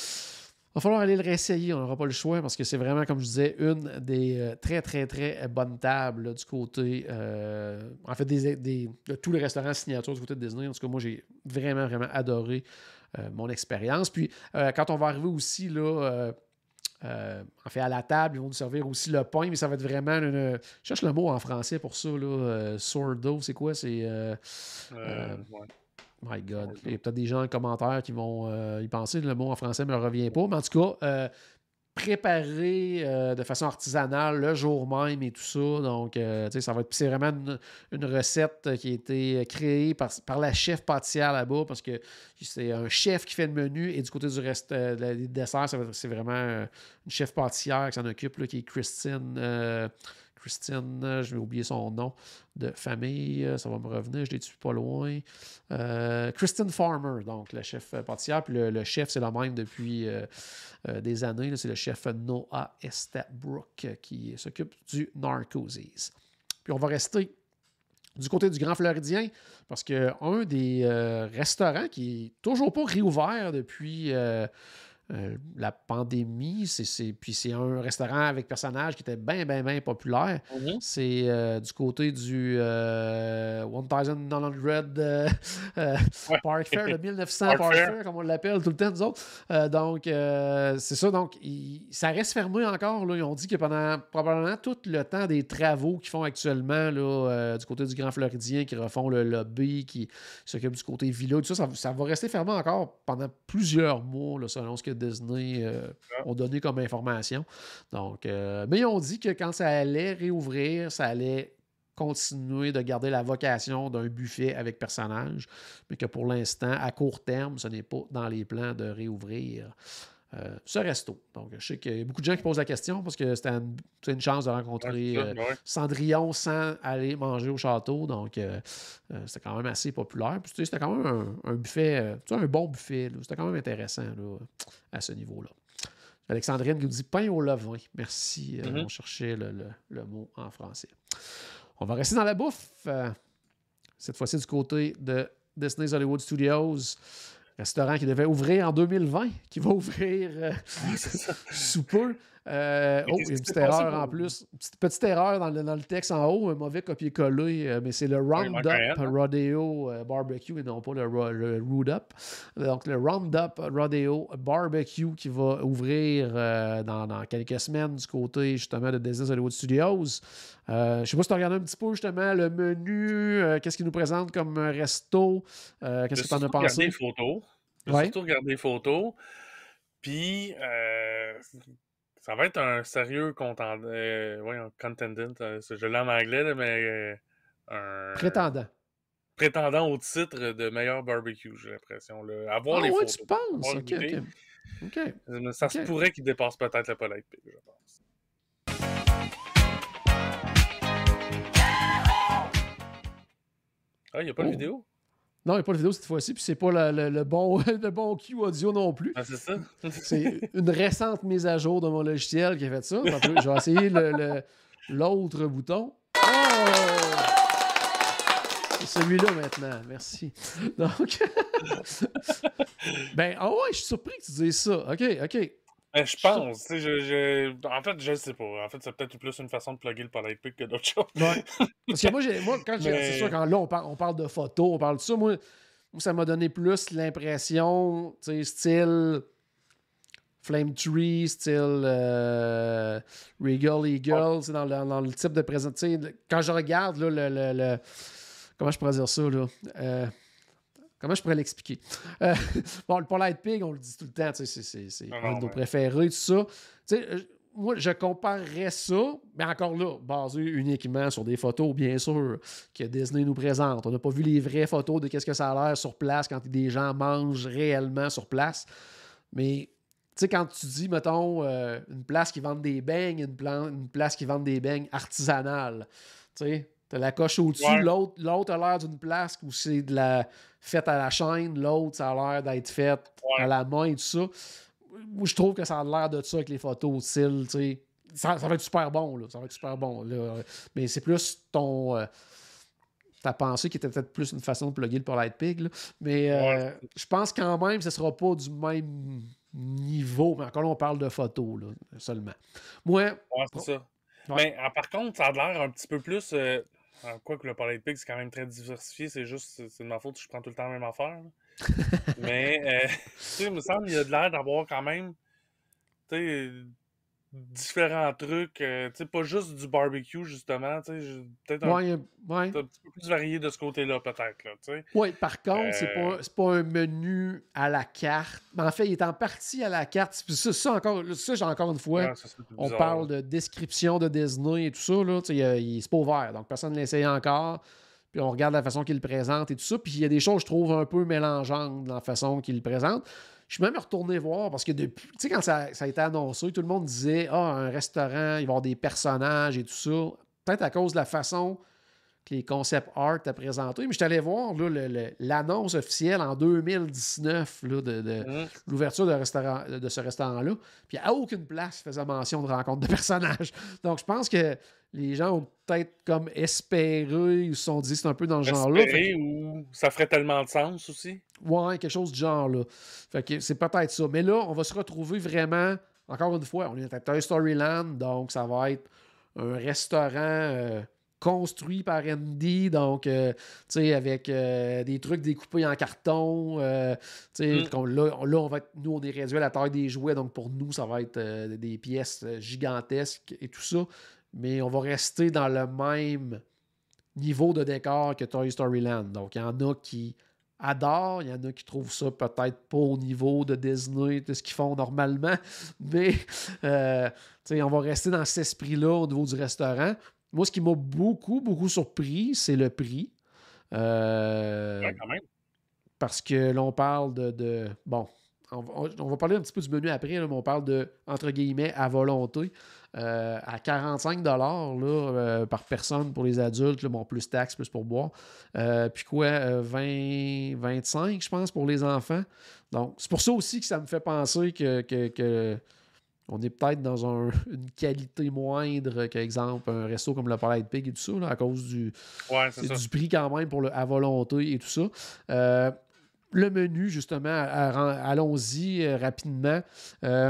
Va falloir aller le réessayer, on n'aura pas le choix parce que c'est vraiment, comme je disais, une des euh, très, très, très bonnes tables là, du côté, euh, en fait, des, des- de tous les restaurants signature du côté de Disney. En tout cas, moi, j'ai vraiment, vraiment adoré euh, mon expérience. Puis, euh, quand on va arriver aussi, là, euh, euh, en fait, à la table, ils vont nous servir aussi le pain, mais ça va être vraiment une... Je cherche le mot en français pour ça, là. Euh, sourdough, c'est quoi? C'est... euh, euh, euh, ouais, My God. Il y sourdough. a peut-être des gens en commentaire qui vont euh, y penser. Le mot en français ne me revient pas. Mais en tout cas, euh, préparé euh, de façon artisanale le jour même et tout ça. Donc, euh, tu sais, ça va être. C'est vraiment une, une recette qui a été créée par, par la chef pâtissière là-bas parce que c'est un chef qui fait le menu et du côté du reste euh, des desserts, ça va- c'est vraiment euh, une chef pâtissière qui s'en occupe, là, qui est Christine. euh, Christine, euh, je vais oublier son nom de famille, euh, ça va me revenir, je l'ai tué pas loin. Euh, Kristen Farmer, donc la chef euh, pâtissière, puis le, le chef, c'est le même depuis euh, euh, des années, là, c'est le chef Noah Estabrook euh, qui s'occupe du Narcosis. Puis on va rester du côté du Grand Floridien, parce qu'un des euh, restaurants qui est toujours pas réouvert depuis euh, euh, la pandémie, c'est, c'est, puis c'est un restaurant avec personnage qui était bien, bien, bien populaire. Mhm. C'est euh, du côté du euh, mille neuf cents euh, euh, Ouais. Park Fair, le mille neuf cents Park Park Fair. Fair, comme on l'appelle tout le temps, nous autres. Euh, donc, euh, c'est ça. Donc, il- ça reste fermé encore. Là. Ils ont dit que pendant probablement tout le temps des travaux qu'ils font actuellement là, euh, du côté du Grand Floridien, qui refont le lobby, qui s'occupent du côté villa, tout ça, ça, ça va rester fermé encore pendant plusieurs mois, là, selon ce que Disney euh, Ah. ont donné comme information. Donc, euh, mais ils ont dit que quand ça allait réouvrir, ça allait continuer de garder la vocation d'un buffet avec personnage, mais que pour l'instant, à court terme, ce n'est pas dans les plans de réouvrir euh, ce resto. Donc, je sais qu'il y a beaucoup de gens qui posent la question parce que c'était une, une chance de rencontrer Ouais, euh, ouais. Cendrillon sans aller manger au château. Donc, euh, euh, c'était quand même assez populaire. Puis, tu sais, c'était quand même un, un buffet, euh, tu sais, un bon buffet. Là. C'était quand même intéressant là, à ce niveau-là. Alexandrine qui nous dit pain au levain. Merci. Euh, Mm-hmm. On cherchait le, le, le mot en français. On va rester dans la bouffe. Euh, cette fois-ci du côté de Disney's Hollywood Studios. Restaurant qui devait ouvrir en deux mille vingt, qui va ouvrir euh, sous peu. Euh, oh, il y a une petite erreur en plus. Une petite, petite erreur dans le, dans le texte en haut, un mauvais copier-coller, euh, mais c'est le Roundup hein? Rodeo euh, Barbecue et non pas le, le Root-Up. Donc, le Roundup Rodeo Barbecue qui va ouvrir euh, dans, dans quelques semaines du côté justement de Disney's Hollywood Studios. Euh, je ne sais pas si tu as regardé un petit peu justement le menu, euh, qu'est-ce qu'il nous présente comme resto, euh, qu'est-ce que tu en as pensé? J'ai surtout regardé les photos. J'ai Ouais. surtout regardé les photos. Puis, euh, ça va être un sérieux content, euh, ouais, un contendant. Euh, je l'ai en anglais, là, mais euh, un prétendant. Prétendant au titre de meilleur barbecue, j'ai l'impression. Là. Avoir ah les ouais, photos. tu penses? Avoir Ok, goûté, ok. ok. Ça okay. se pourrait qu'il dépasse peut-être le Polite Pig, je pense. Ah, il n'y a pas oh. de vidéo? Non, il n'y a pas de vidéo cette fois-ci, puis c'est pas le, le, le, bon, le bon Q audio non plus. Ah, c'est ça? C'est une récente mise à jour de mon logiciel qui a fait ça. Je vais essayer le, le, l'autre bouton. Oh! C'est celui-là maintenant, merci. Donc, ben, ah oh ouais, je suis surpris que tu dises ça. OK, OK. Ben, je pense. Je, je... En fait, je ne sais pas. En fait, c'est peut-être plus une façon de plugger le Polite Pig que d'autres choses. Ouais. Parce que moi, j'ai, moi quand j'ai, Mais... c'est sûr, quand là, on parle, on parle de photos, on parle de ça, moi, moi ça m'a donné plus l'impression, tu sais, style Flame Tree, style euh, Regal Eagle, oh. dans, le, dans le type de présentation. Quand je regarde, là, le, le, le... Comment je pourrais dire ça, là? Euh... Comment je pourrais l'expliquer? Euh, bon, le Polite Pig, on le dit tout le temps, c'est, c'est, c'est non, un non, de nos ouais. préférés, tout ça. T'sais, moi, je comparerais ça, mais encore là, basé uniquement sur des photos, bien sûr, que Disney nous présente. On n'a pas vu les vraies photos de qu'est-ce que ça a l'air sur place quand des gens mangent réellement sur place. Mais, tu sais, quand tu dis, mettons, euh, une place qui vend des beignes, une, plan- une place qui vend des beignes artisanales, tu sais, t'as la coche au-dessus, ouais. l'autre, l'autre a l'air d'une place où c'est de la faite à la chaîne, l'autre, ça a l'air d'être fait ouais. à la main et tout ça. Moi, je trouve que ça a l'air de ça avec les photos, style, tu sais. Ça, ça va être super bon, là. Ça va être super bon, là. Mais c'est plus ton... Euh, ta pensée qui était peut-être plus une façon de plugger le Polite Pig, là. Mais euh, ouais. je pense quand même que ce ne sera pas du même niveau. Mais encore là, on parle de photos, là, seulement. Moi... Ouais, c'est ça. Ouais. Mais ah, par contre, ça a l'air un petit peu plus... Euh... Quoi que le Polite Pig, c'est quand même très diversifié, c'est juste, c'est de ma faute, je prends tout le temps la même affaire. Mais, euh, tu sais, il me semble qu'il y a de l'air d'avoir quand même, tu sais, différents trucs, euh, tu sais, pas juste du barbecue, justement, tu sais, peut-être un, ouais, ouais. un petit peu plus varié de ce côté-là, peut-être, là, tu sais. Oui, par contre, euh... c'est pas, c'est pas un menu à la carte. Mais en fait, il est en partie à la carte. Ça, ça encore, ça, j'ai encore une fois, ouais, ça, on bizarre, parle de description de Disney et tout ça, là, tu sais, il, il, c'est pas ouvert, donc personne ne l'essaye encore. Puis on regarde la façon qu'il le présente et tout ça. Puis il y a des choses, je trouve, un peu mélangeantes dans la façon qu'il le présente. Je suis même retourné voir parce que depuis, tu sais, quand ça, ça a été annoncé, tout le monde disait, ah, un restaurant, il va y avoir des personnages et tout ça. Peut-être à cause de la façon que les concept art étaient présentés. Mais je suis allé voir là, le, le, l'annonce officielle en deux mille dix-neuf là, de, de mmh. l'ouverture de, restaurant, de ce restaurant-là. Puis à aucune place faisait mention de rencontre de personnages. Donc je pense que les gens ont peut-être comme espéré, ils se sont dit c'est un peu dans le genre-là. Espérer que... ou ça ferait tellement de sens aussi. Ouais, quelque chose du genre-là. Fait que c'est peut-être ça. Mais là, on va se retrouver vraiment, encore une fois, on est à Toy Story Land, donc ça va être un restaurant euh, construit par Andy, donc, euh, tu sais, avec euh, des trucs découpés en carton. Euh, tu sais, mm. là, là, on va être, nous, on est réduit à la taille des jouets, donc pour nous, ça va être euh, des pièces gigantesques et tout ça. Mais on va rester dans le même niveau de décor que Toy Story Land. Donc, il y en a qui adorent, il y en a qui trouvent ça peut-être pas au niveau de Disney, de ce qu'ils font normalement, mais euh, on va rester dans cet esprit-là au niveau du restaurant. moi, ce qui m'a beaucoup, beaucoup surpris, c'est le prix. Euh, Ouais, quand même. Parce que là, on parle de... de bon, on va, on va parler un petit peu du menu après, là, mais on parle de, entre guillemets, à volonté. Euh, à quarante-cinq dollars là, euh, par personne pour les adultes, là, bon, plus taxes, plus pour boire. Euh, puis quoi, euh, vingt, vingt-cinq, je pense, pour les enfants. Donc, c'est pour ça aussi que ça me fait penser que, que, que on est peut-être dans un, une qualité moindre qu'exemple un resto comme le Polite Pig et tout ça, là, à cause du, Ouais, c'est c'est ça. du prix quand même pour le à volonté et tout ça. Euh, le menu, justement, à- à- allons-y euh, rapidement. Euh,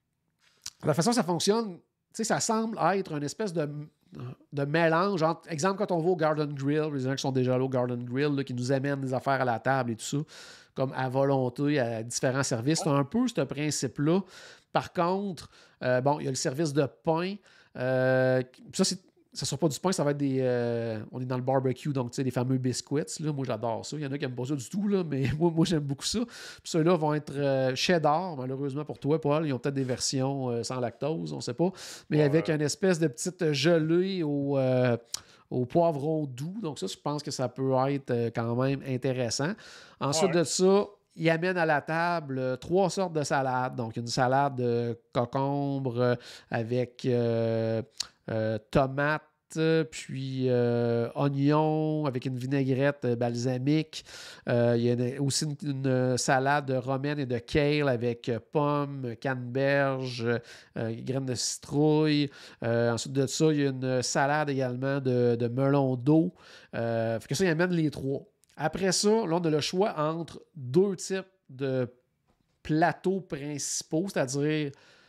la façon dont ça fonctionne, tu sais, ça semble être une espèce de, de mélange entre, exemple, quand on va au Garden Grill, les gens qui sont déjà allés au Garden Grill, là, qui nous amènent des affaires à la table et tout ça, comme à volonté, à différents services. C'est un peu ce principe-là. Par contre, euh, bon, il y a le service de pain. Euh, ça, c'est ça ne sera pas du pain, ça va être des... Euh, on est dans le barbecue, donc tu sais, les fameux biscuits. Là, moi, j'adore ça. Il y en a qui n'aiment pas ça du tout, là, mais moi, moi j'aime beaucoup ça. Puis ceux-là vont être euh, cheddar, malheureusement pour toi, Paul. Ils ont peut-être des versions euh, sans lactose, on ne sait pas. Mais Ouais. avec une espèce de petite gelée au, euh, au poivron doux. Donc ça, je pense que ça peut être euh, quand même intéressant. Ensuite Ouais. de ça, il amène à la table euh, trois sortes de salades. Donc, une salade de concombre euh, avec euh, euh, tomates, puis euh, oignons avec une vinaigrette euh, balsamique. Euh, il y a une- aussi une, une salade romaine et de kale avec euh, pommes, canneberges, euh, graines de citrouille. Euh, ensuite de ça, il y a une salade également de, de melon d'eau. Euh, fait que ça, il amène les trois. Après ça, là, on a le choix entre deux types de plateaux principaux, c'est-à-dire,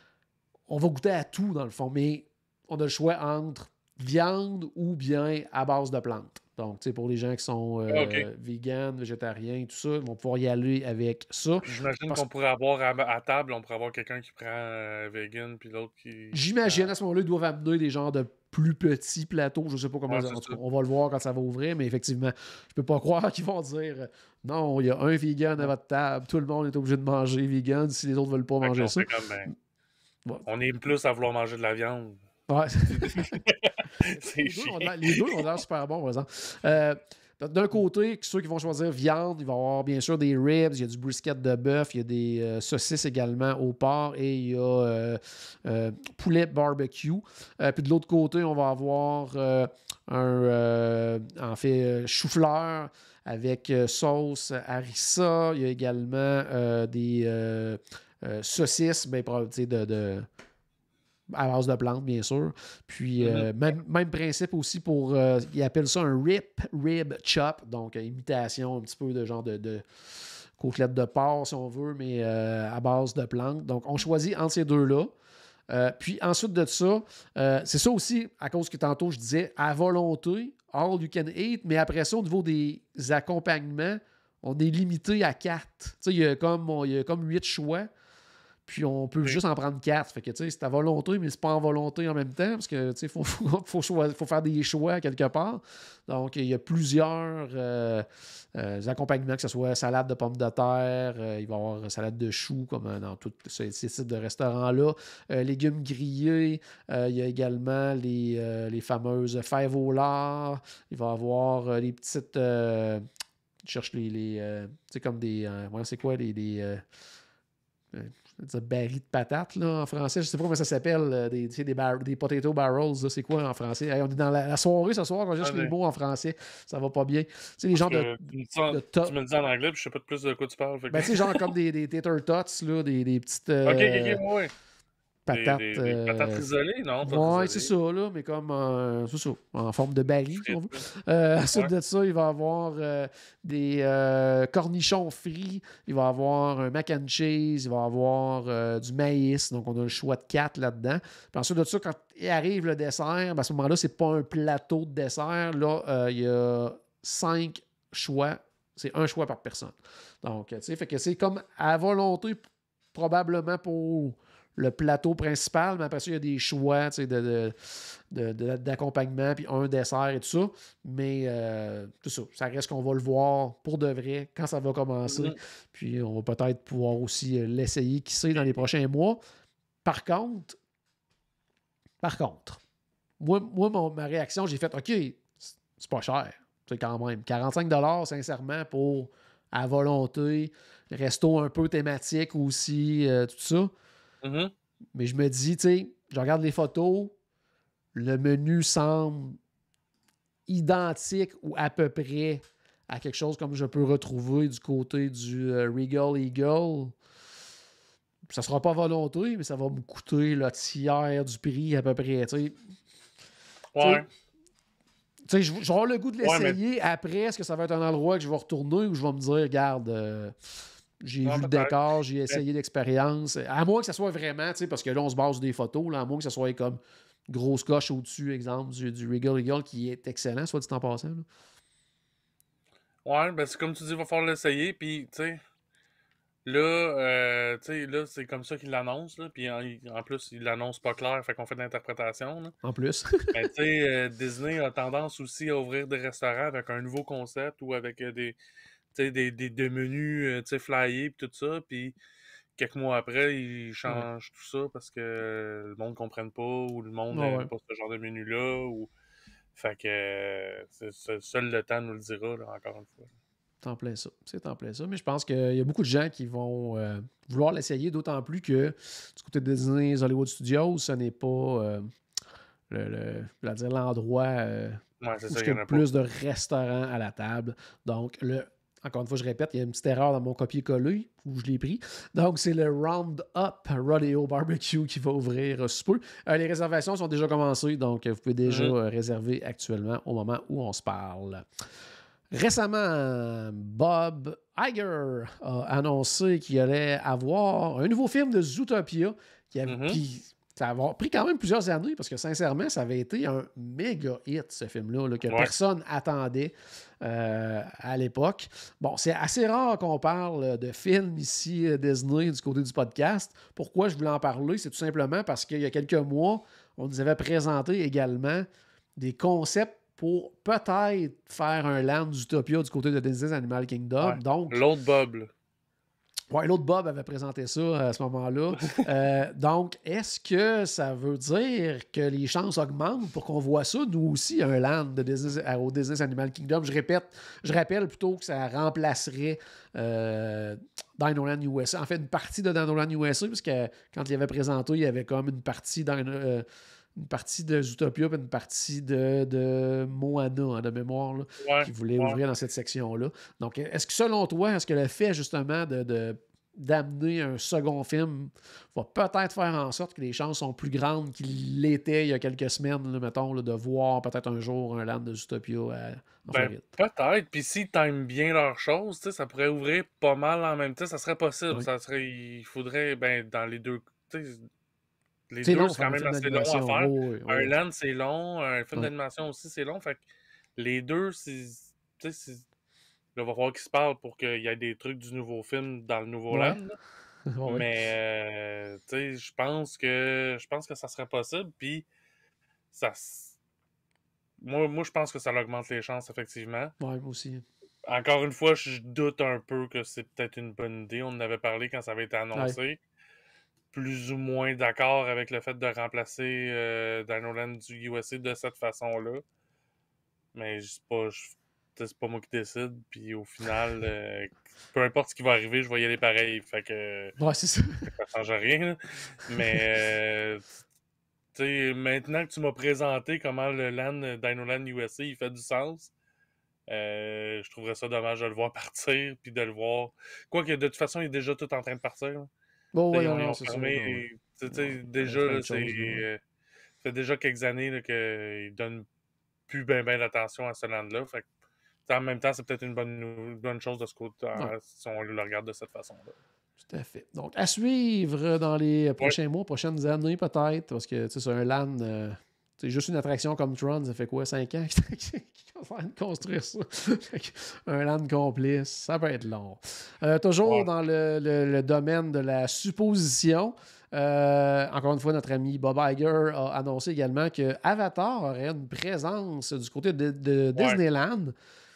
on va goûter à tout dans le fond, mais on a le choix entre viande ou bien à base de plantes. Donc, tu sais, pour les gens qui sont euh, OK. véganes, végétariens, tout ça, ils vont pouvoir y aller avec ça. J'imagine Parce qu'on pourrait avoir à, à table, on pourrait avoir quelqu'un qui prend euh, vegan, puis l'autre qui, qui J'imagine, prend. à ce moment-là, ils doivent amener des genres de plus petits plateaux. Je ne sais pas comment... Ouais, En c'est tout ça. cas, on va le voir quand ça va ouvrir, mais effectivement, je peux pas croire qu'ils vont dire euh, non, il y a un vegan à votre table, tout le monde est obligé de manger vegan si les autres ne veulent pas Fait manger qu'on ça. fait comme, ben, Bon. on est plus à vouloir manger de la viande. Ouais. C'est les, deux ont chiant. l'air- les deux ont l'air super bons, par exemple. Euh, d'un côté, ceux qui vont choisir viande, il va y avoir bien sûr des ribs, il y a du brisket de bœuf, il y a des euh, saucisses également au porc et il y a euh, euh, poulet barbecue. Euh, puis de l'autre côté, on va avoir euh, un, euh, en fait, euh, chou-fleur avec euh, sauce harissa. Il y a également euh, des euh, euh, saucisses, ben, tu sais, de... de à base de plantes, bien sûr. Puis, Mhm. euh, même, même principe aussi pour, euh, ils appellent ça un rib, rib chop, donc euh, imitation un petit peu de genre de, de côtelette de porc, si on veut, mais euh, à base de plantes. Donc, on choisit entre ces deux-là. Euh, puis ensuite de ça, euh, c'est ça aussi, à cause que tantôt je disais, à volonté, all you can eat, mais après ça, au niveau des accompagnements, on est limité à quatre. Tu sais, il y a comme, il y a comme huit choix. Puis on peut Oui. juste en prendre quatre. Fait que, tu sais, c'est à volonté, mais c'est pas en volonté en même temps, parce que, tu sais, il faut, faut, faut, choi- faut faire des choix quelque part. Donc, il y a plusieurs euh, euh, accompagnements, que ce soit salade de pommes de terre, euh, il va y avoir salade de choux, comme euh, dans tous ces, ces types de restaurants-là, euh, légumes grillés, euh, il y a également les, euh, les fameuses fèves au lard, il va y avoir euh, les petites... euh, je cherche les... les euh, tu sais, comme des... Euh, ouais, c'est quoi, les... les euh, je veux dire barils de patates là, en français. Je sais pas comment ça s'appelle. euh, Des, tu sais, des, bar- des potato barrels, là, c'est quoi en français? Hey, on est dans la, la soirée ce soir, on cherche les Allez. mots en français. Ça va pas bien. Tu sais, les genres de, Parce que tu, me dis en, de tu top. me le dis en anglais, puis je sais pas de plus de quoi tu parles. Fait que... Ben, tu sais, genre comme des, des tater tots, là, des, des petites Ok, ok, euh, ok, ouais. Des, patates. des, des patates euh, isolées, non? Pas Ouais, isolées. c'est ça, là, mais comme euh, c'est ça, en forme de baril, si on veut. Frites. Euh, ensuite Ouais. de ça, il va y avoir euh, des euh, cornichons frits, il va y avoir un mac and cheese, il va y avoir euh, du maïs, donc on a le choix de quatre là-dedans. Puis ensuite de ça, quand il arrive le dessert, ben, à ce moment-là, c'est pas un plateau de dessert, là, euh, il y a cinq choix, c'est un choix par personne. Donc, tu sais, fait que c'est comme à volonté, probablement pour le plateau principal, mais après ça, il y a des choix de, de, de, de, d'accompagnement, puis un dessert et tout ça. Mais euh, tout ça, ça reste qu'on va le voir pour de vrai quand ça va commencer. Mhm. Puis on va peut-être pouvoir aussi l'essayer, qui sait, dans les prochains mois. Par contre, par contre, moi, moi mon, ma réaction, j'ai fait, OK, c'est pas cher, c'est quand même. quarante-cinq dollars sincèrement, pour à volonté, resto un peu thématique aussi, euh, tout ça. Mm-hmm. Mais je me dis, tu sais, je regarde les photos, le menu semble identique ou à peu près à quelque chose comme je peux retrouver du côté du euh, Regal Eagle. Ça sera pas volonté, mais ça va me coûter le tiers du prix à peu près. Tu sais, Ouais. tu sais, je vais avoir le goût de Ouais, l'essayer. mais... Après, est-ce que ça va être un endroit que je vais retourner ou je vais me dire, regarde, euh, j'ai Non, vu le peut-être. décor, j'ai essayé Mais... l'expérience. À moins que ça soit vraiment, tu sais, parce que là, on se base sur des photos, là, à moins que ça soit comme grosse coche au-dessus, exemple, du, du Regal Eagle, qui est excellent, soit dit en passant. Là. Ouais, ben c'est comme tu dis, il va falloir l'essayer, puis tu sais, là, euh, tu sais, là, c'est comme ça qu'il l'annonce, là, puis en, en plus, il l'annonce pas clair, fait qu'on fait de l'interprétation, là. En plus. Mais tu sais, euh, Disney a tendance aussi à ouvrir des restaurants avec un nouveau concept ou avec euh, des, tu sais, des, des, des menus, euh, tu sais, flyés, puis tout ça, puis quelques mois après, ils changent tout ça parce que le monde ne comprenne pas ou le monde Ah n'aime ouais. pas ce genre de menu-là, ou... Fait que euh, c'est, c'est- seul le temps nous le dira, là, encore une fois. C'est en plein ça. C'est en plein ça. Mais je pense qu'il y a beaucoup de gens qui vont euh, vouloir l'essayer, d'autant plus que du côté de Disney Hollywood Studios, ce n'est pas euh, le, le- je veux dire, l'endroit euh, Ouais, c'est où ça, il il y y a en le a pas. plus de restaurants à la table. Donc, le, encore une fois, je répète, il y a une petite erreur dans mon copier-coller où je l'ai pris. Donc, c'est le Round-Up Rodeo Barbecue qui va ouvrir euh, sous peu. Euh, les réservations sont déjà commencées, donc euh, vous pouvez déjà Mhm. euh, réserver actuellement au moment où on se parle. Récemment, Bob Iger a annoncé qu'il allait avoir un nouveau film de Zootopia qui avait, Mhm. puis ça a pris quand même plusieurs années parce que sincèrement, ça avait été un méga hit, ce film-là, là, que Ouais. personne attendait euh, à l'époque. Bon, c'est assez rare qu'on parle de films ici, euh, Disney, du côté du podcast. Pourquoi je voulais en parler? C'est tout simplement parce qu'il y a quelques mois, on nous avait présenté également des concepts pour peut-être faire un land d'Utopia du côté de Disney's Animal Kingdom. Ouais. Donc, L'autre Bob, là. ouais, l'autre Bob avait présenté ça à ce moment-là. Euh, donc, est-ce que ça veut dire que les chances augmentent pour qu'on voit ça, nous aussi, un land de Disney, au Disney's Animal Kingdom? Je répète, je rappelle plutôt que ça remplacerait euh, Dinoland U S A. En fait, une partie de Dinoland U S A, parce que quand il avait présenté, il y avait comme une partie dans euh, une partie de Zootopia et une partie de, de Moana, hein, de mémoire, là, Ouais. qui voulait Ouais. ouvrir dans cette section-là. Donc, est-ce que selon toi, est-ce que le fait justement de, de d'amener un second film va peut-être faire en sorte que les chances sont plus grandes qu'il l'était il y a quelques semaines, là, mettons, là, de voir peut-être un jour un land de Zootopia à, en Ben, Floride? peut-être. Puis s'ils t'aiment bien leurs choses, tu sais, ça pourrait ouvrir pas mal en même temps. Ça serait possible. Oui. Ça serait... Il faudrait, ben, dans les deux... tu sais, les C'est deux, long c'est faire quand un même film assez long à d'animation. faire. Oui, oui, Un oui. land, c'est long. Un film Ouais. d'animation aussi, c'est long. Fait que les deux, c'est... Tu sais, c'est... Là, il va falloir qu'ils se parlent pour qu'il y ait des trucs du nouveau film dans le nouveau Ouais. land. là. Ouais. Mais, euh, tu sais, je pense que je pense que ça serait possible. Puis, ça... s- Moi, moi, je pense que ça augmente les chances, effectivement. Ouais, moi aussi. Encore une fois, je doute un peu que c'est peut-être une bonne idée. On en avait parlé quand ça avait été Ouais. annoncé. Plus ou moins d'accord avec le fait de remplacer euh, Dinoland du U S A de cette façon-là. Mais c'est pas, je- tu sais, c'est pas moi qui décide. Puis au final, euh, peu importe ce qui va arriver, je vais y aller pareil. Fait que Ouais, c'est ça. ça change rien. là. Mais euh, tu sais, maintenant que tu m'as présenté comment le land Dinoland U S A il fait du sens, euh, je trouverais ça dommage de le voir partir puis de le voir. Quoique de toute façon, il est déjà tout en train de partir. là. Bon, Tu sais, ouais, Ils non, ont, ils non, ont c'est sûr. fermé. Non, ouais. et, tu sais, tu Ouais, sais, il reste déjà, plein là, de c'est. choses, là, ouais. euh, ça fait déjà quelques années là, qu'ils donnent plus bien ben d'attention à ce land-là. Fait que, tu sais, en même temps, c'est peut-être une bonne, nou- une bonne chose de ce côté Ouais. si on le regarde de cette façon-là. Tout à fait. Donc, à suivre dans les Ouais. prochains mois, prochaines années, peut-être, parce que tu sais, c'est un land, euh, c'est juste une attraction comme Tron, ça fait quoi, cinq ans qu'ils sont en train de construire ça? Fait que un land complet, ça peut être long. Euh, toujours Ouais. dans le, le- le domaine de la supposition, euh, encore une fois, notre ami Bob Iger a annoncé également que Avatar aurait une présence du côté de, de Ouais. Disneyland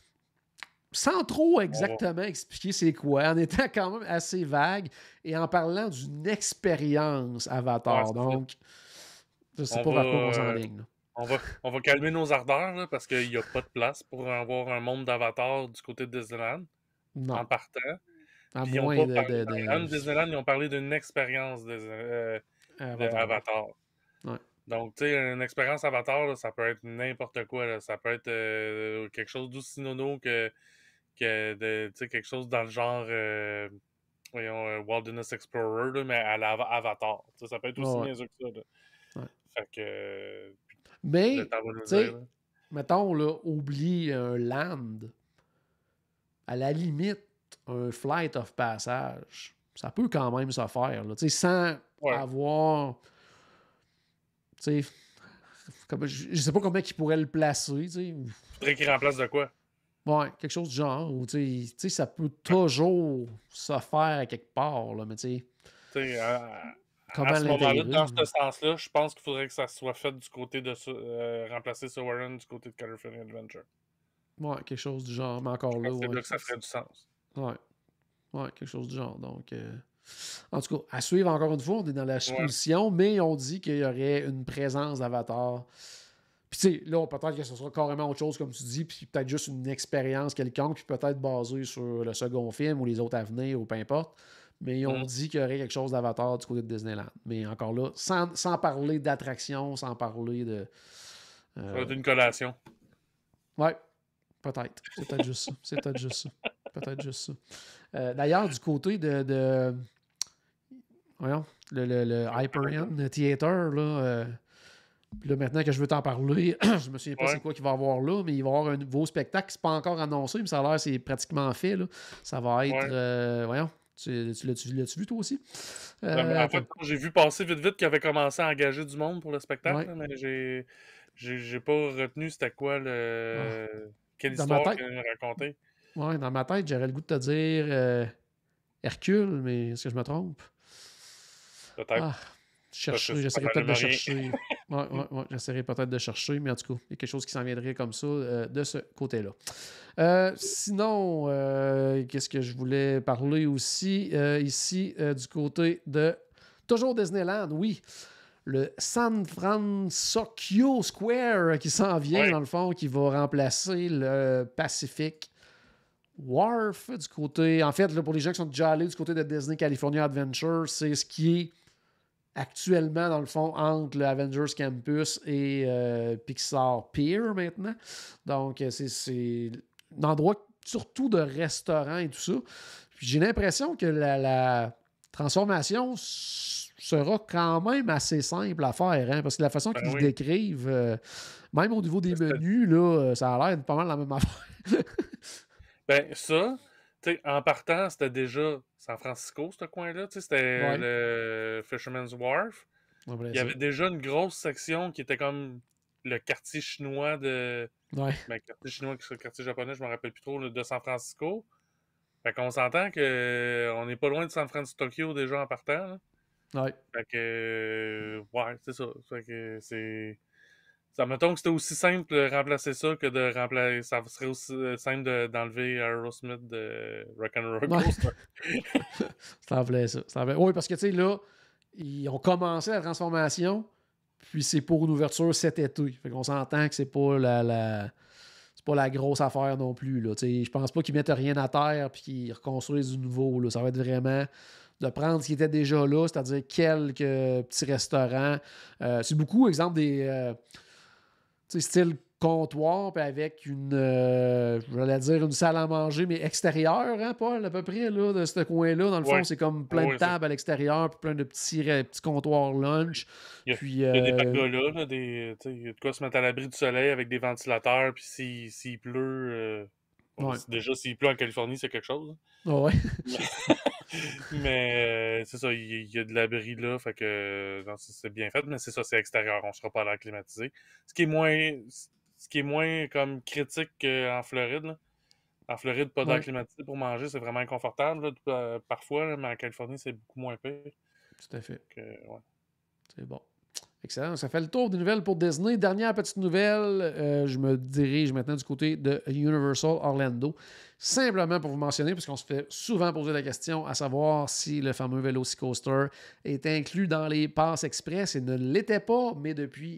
sans trop On va. exactement expliquer c'est quoi, en étant quand même assez vague et en parlant d'une expérience Ouais, Avatar. c'est ça. Donc, je sais On pas va, vers quoi on euh, s'enligne. là. On va, on va calmer nos ardeurs, là, parce qu'il n'y a pas de place pour avoir un monde d'Avatar du côté de Disneyland, en Non. partant. À Puis ils n'ont moins pas de. parlé de, dans de... de Disneyland, ils ont parlé d'une expérience de, euh, de Avatar. Avatar. Ouais. Donc, tu sais, une expérience Avatar, là, ça peut être n'importe quoi. Là. Ça peut être euh, quelque chose d'aussi nono que, que de, tu sais, quelque chose dans le genre, euh, voyons, euh, Wilderness Explorer, là, mais à l'Avatar. Ça peut être aussi Ouais. niaiseux que ça. Là. Ouais. Fait que, euh, le Mais, temps va nous tu le dire. sais, Là. mettons, là, oublie un land. À la limite, un flight of passage, ça peut quand même se faire, là, tu sais, sans Ouais. avoir, tu sais, comme, je, je sais pas comment ils pourraient le placer, tu sais. Faudrait qu'il remplace de quoi? Ouais, quelque chose du genre, ou tu sais, ça peut toujours se faire quelque part, là, mais tu sais, Tu sais, à, comment à ce moment-là, l'intégrer? dans ce sens-là, je pense qu'il faudrait que ça soit fait du côté de euh, remplacer Sovereign du côté de California Adventure. Ouais, quelque chose du genre, mais encore Je là, pense que c'est ouais. là que ça ferait du sens. Ouais, ouais, quelque chose du genre, donc... Euh... En tout cas, à suivre encore une fois, on est dans la supposition, ouais. Mais on dit qu'il y aurait une présence d'Avatar. Puis tu sais, là, peut-être que ce sera carrément autre chose, comme tu dis, puis peut-être juste une expérience quelconque, puis peut-être basée sur le second film ou les autres à venir, ou peu importe. Mais on mm. dit qu'il y aurait quelque chose d'Avatar du côté de Disneyland. Mais encore là, sans, sans parler d'attraction, sans parler de... Euh... Ça va être une collation. Ouais, peut-être. C'est peut-être juste ça. C'est peut-être juste ça. Peut-être juste ça. Euh, d'ailleurs, du côté de... de... Voyons, le, le, le Hyperion Theater, là... Euh... Puis là, maintenant que je veux t'en parler, je me souviens pas ouais. c'est quoi qu'il va y avoir là, mais il va y avoir un nouveau spectacle. C'est pas encore annoncé, mais ça a l'air c'est pratiquement fait. Là. Ça va être... Ouais. Euh, voyons, tu, tu, l'as-tu, l'as-tu vu toi aussi? Euh, en fait, j'ai vu passer vite vite qu'il avait commencé à engager du monde pour le spectacle, ouais. là, mais j'ai, j'ai, j'ai pas retenu c'était quoi le... Ah. Quelle dans histoire qu'il nous racontait. Ouais, dans ma tête, j'aurais le goût de te dire euh, Hercule, mais est-ce que je me trompe? Peut-être. Ah. Chercher, j'essaierai peut-être de chercher. Ouais, ouais, ouais, j'essaierai peut-être de chercher, mais en tout cas, il y a quelque chose qui s'en viendrait comme ça euh, de ce côté-là. Euh, sinon, euh, qu'est-ce que je voulais parler aussi euh, ici euh, du côté de toujours Disneyland, oui. Le San Francisco Square qui s'en vient, ouais. dans le fond, qui va remplacer le Pacific Wharf du côté. En fait, là, pour les gens qui sont déjà allés du côté de Disney California Adventure, c'est ce qui est actuellement, dans le fond, entre le Avengers Campus et euh, Pixar Pier maintenant. Donc, c'est, c'est un endroit surtout de restaurants et tout ça. Puis j'ai l'impression que la, la transformation s- sera quand même assez simple à faire, hein, parce que la façon ben qu'ils oui. décrivent, euh, même au niveau des ben, menus, là, ça a l'air de pas mal la même affaire. Ben, ça, tu sais, en partant, c'était déjà San Francisco, ce coin-là. Tu sais, c'était ouais. le Fisherman's Wharf. Ouais, Il y ça. avait déjà une grosse section qui était comme le quartier chinois de... Ouais. Ben, quartier chinois qui serait le quartier japonais, je me rappelle plus trop, là, de San Francisco. Fait qu'on s'entend qu'on n'est pas loin de San Francisco Tokyo déjà en partant. Là. Ouais. Fait que... Ouais, c'est ça. Fait que c'est... Ça, mettons que c'était aussi simple de remplacer ça que de remplacer. Ça serait aussi simple de, d'enlever Aerosmith de Rock'n'Roll Coaster. Ça en plaît, ça. ça en plaît. Oui, parce que, tu sais, là, ils ont commencé la transformation, puis c'est pour une ouverture cet été. Fait qu'on s'entend que c'est pas la. la... C'est pas la grosse affaire non plus. Là. Je pense pas qu'ils mettent rien à terre puis qu'ils reconstruisent du nouveau. Là. Ça va être vraiment de prendre ce qui était déjà là, c'est-à-dire quelques petits restaurants. Euh, c'est beaucoup, exemple, des. Euh, style comptoir, puis avec une, euh, je voulais dire une salle à manger, mais extérieure, hein, Paul, à peu près, là, de ce coin-là. Dans le ouais. fond, c'est comme plein ouais, de tables c'est... à l'extérieur, puis plein de petits, euh, petits comptoirs lunch. Il y a, puis, il y a euh... des pergolas, là, des, il y a de quoi se mettre à l'abri du soleil avec des ventilateurs, puis s'il, s'il pleut, euh, bon, ouais. déjà, s'il pleut en Californie, c'est quelque chose. Oh, ouais. Mais euh, c'est ça, il y, y a de l'abri là, fait que non, c'est, c'est bien fait, mais c'est ça, c'est extérieur, on sera pas à l'air climatisé. Ce qui est moins ce qui est moins comme critique qu'en Floride. Là. En Floride, pas d'air ouais. climatisé pour manger, c'est vraiment inconfortable là, euh, parfois, là, mais en Californie, c'est beaucoup moins pire. Tout à fait. Que, ouais. C'est bon. Excellent. Ça fait le tour des nouvelles pour Disney. Dernière petite nouvelle, euh, je me dirige maintenant du côté de Universal Orlando. Simplement pour vous mentionner, parce qu'on se fait souvent poser la question à savoir si le fameux Velocicoaster est inclus dans les passes express. Il ne l'était pas, mais depuis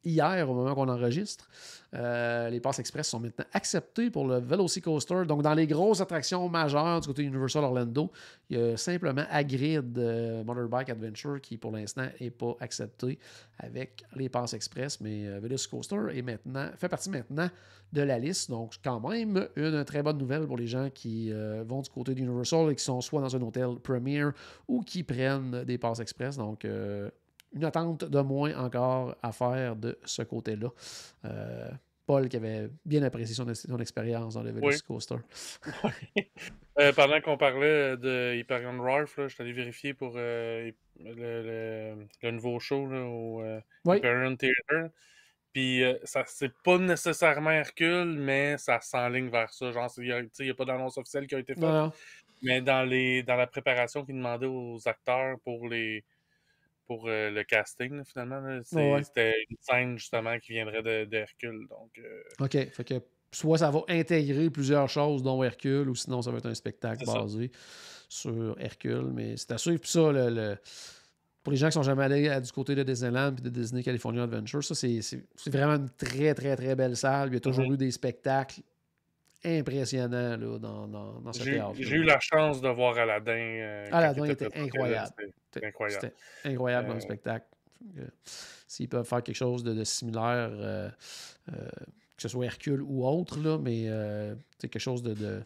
hier au moment qu'on enregistre. Euh, les passes express sont maintenant acceptées pour le Velocicoaster. Donc, dans les grosses attractions majeures du côté Universal Orlando, il y a simplement Hagrid euh, Motorbike Adventure qui, pour l'instant, n'est pas accepté avec les passes express. Mais euh, Velocicoaster est maintenant, fait partie maintenant de la liste. Donc, quand même, une très bonne nouvelle pour les gens qui euh, vont du côté d'Universal et qui sont soit dans un hôtel Premier ou qui prennent des passes express. Donc, euh, une attente de moins encore à faire de ce côté-là. Euh, Paul qui avait bien apprécié son, son expérience dans le Velocicoaster. Oui. euh, pendant qu'on parlait de Hyperion Wharf, je suis allé vérifier pour euh, le, le, le nouveau show là, au euh, oui. Hyperion Theater. Puis euh, ça c'est pas nécessairement Hercule, mais ça s'enligne vers ça. Genre, il n'y a, a pas d'annonce officielle qui a été faite. Non. Mais dans, les, dans la préparation qu'ils demandaient aux acteurs pour les pour euh, le casting, là, finalement, là, ouais. C'était une scène, justement, qui viendrait de, de Hercule. Donc, euh... OK. Fait que soit ça va intégrer plusieurs choses, dont Hercule, ou sinon ça va être un spectacle c'est basé ça. Sur Hercule. Mais c'est à suivre. Puis ça, le, le... pour les gens qui sont jamais allés à, du côté de Disneyland et de Disney California Adventure, ça, c'est, c'est, c'est vraiment une très, très, très belle salle. Il y a toujours mm-hmm. eu des spectacles impressionnant là, dans, dans, dans ce j'ai, théâtre. J'ai eu la chance de voir Aladdin. Euh, Aladdin était, était incroyable. C'était, c'était incroyable. C'était incroyable euh... dans le spectacle. Euh, s'ils peuvent faire quelque chose de, de similaire, euh, euh, que ce soit Hercule ou autre, là, mais euh, c'est quelque chose de, de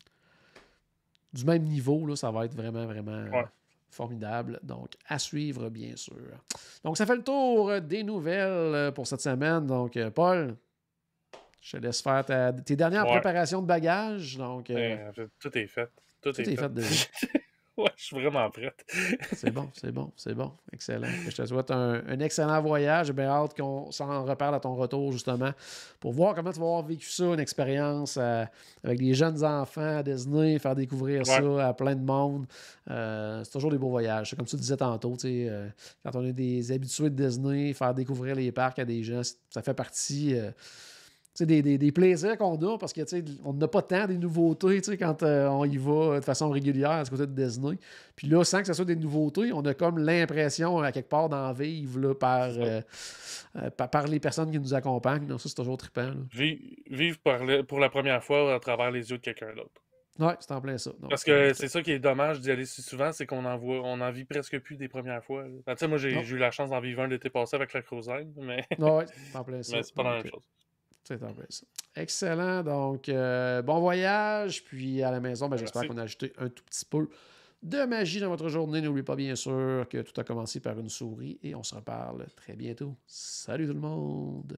du même niveau, là, ça va être vraiment, vraiment ouais. formidable. Donc, à suivre, bien sûr. Donc, ça fait le tour des nouvelles pour cette semaine. Donc, Paul, je te laisse faire ta, tes dernières ouais. préparations de bagages. Donc, euh, ouais, tout est fait. Tout, tout est, est fait. fait de... ouais, je suis vraiment prête. c'est bon, c'est bon, c'est bon. Excellent. Je te souhaite un, un excellent voyage. J'ai bien hâte qu'on s'en reparle à ton retour, justement, pour voir comment tu vas avoir vécu ça, une expérience euh, avec des jeunes enfants à Disney, faire découvrir ouais. ça à plein de monde. Euh, c'est toujours des beaux voyages. C'est comme tu disais tantôt, euh, quand on est des habitués de Disney, faire découvrir les parcs à des gens, ça fait partie... Euh, Des, des, des plaisirs qu'on a parce qu'on n'a pas tant des nouveautés quand euh, on y va de façon régulière du côté de Disney. Puis là, sans que ce soit des nouveautés, on a comme l'impression à quelque part d'en vivre là, par, euh, euh, par, par les personnes qui nous accompagnent. Donc, ça, c'est toujours trippant. Vivre, vivre par le, pour la première fois à travers les yeux de quelqu'un d'autre. Oui, c'est en plein ça. Donc, parce que c'est ça qui est dommage d'y aller si souvent, c'est qu'on en voit, on en vit presque plus des premières fois. Ben, tu sais, moi, j'ai, j'ai eu la chance d'en vivre un l'été passé avec la Cruiser, mais, oui, c'est en plein ça. mais c'est pas la même chose. C'est en plein ça. Excellent. Donc, euh, bon voyage. Puis à la maison, ben, j'espère qu'on a ajouté un tout petit peu de magie dans votre journée. N'oubliez pas, bien sûr, que tout a commencé par une souris et on se reparle très bientôt. Salut tout le monde!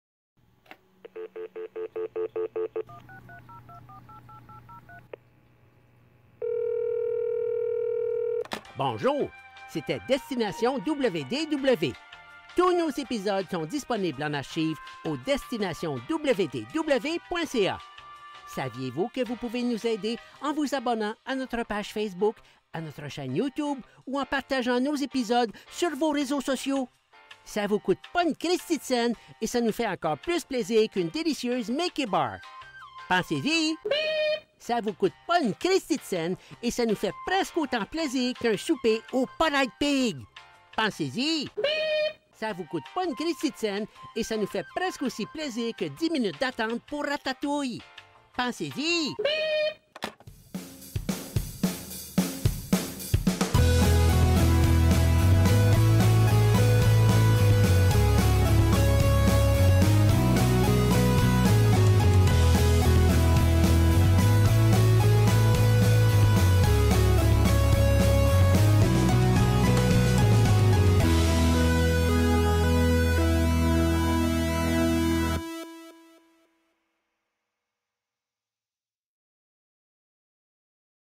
Bonjour! C'était Destination W D W. Tous nos épisodes sont disponibles en archive au destination w d w point c a. Saviez-vous que vous pouvez nous aider en vous abonnant à notre page Facebook, à notre chaîne YouTube ou en partageant nos épisodes sur vos réseaux sociaux? Ça vous coûte pas une Christie de scène et ça nous fait encore plus plaisir qu'une délicieuse Mickey Bar. Pensez-y! Ça vous coûte pas une Christie de scène et ça nous fait presque autant plaisir qu'un souper au Polite Pig. Pensez-y! Ça vous coûte pas une Christie de scène et ça nous fait presque aussi plaisir que dix minutes d'attente pour Ratatouille. Pensez-y!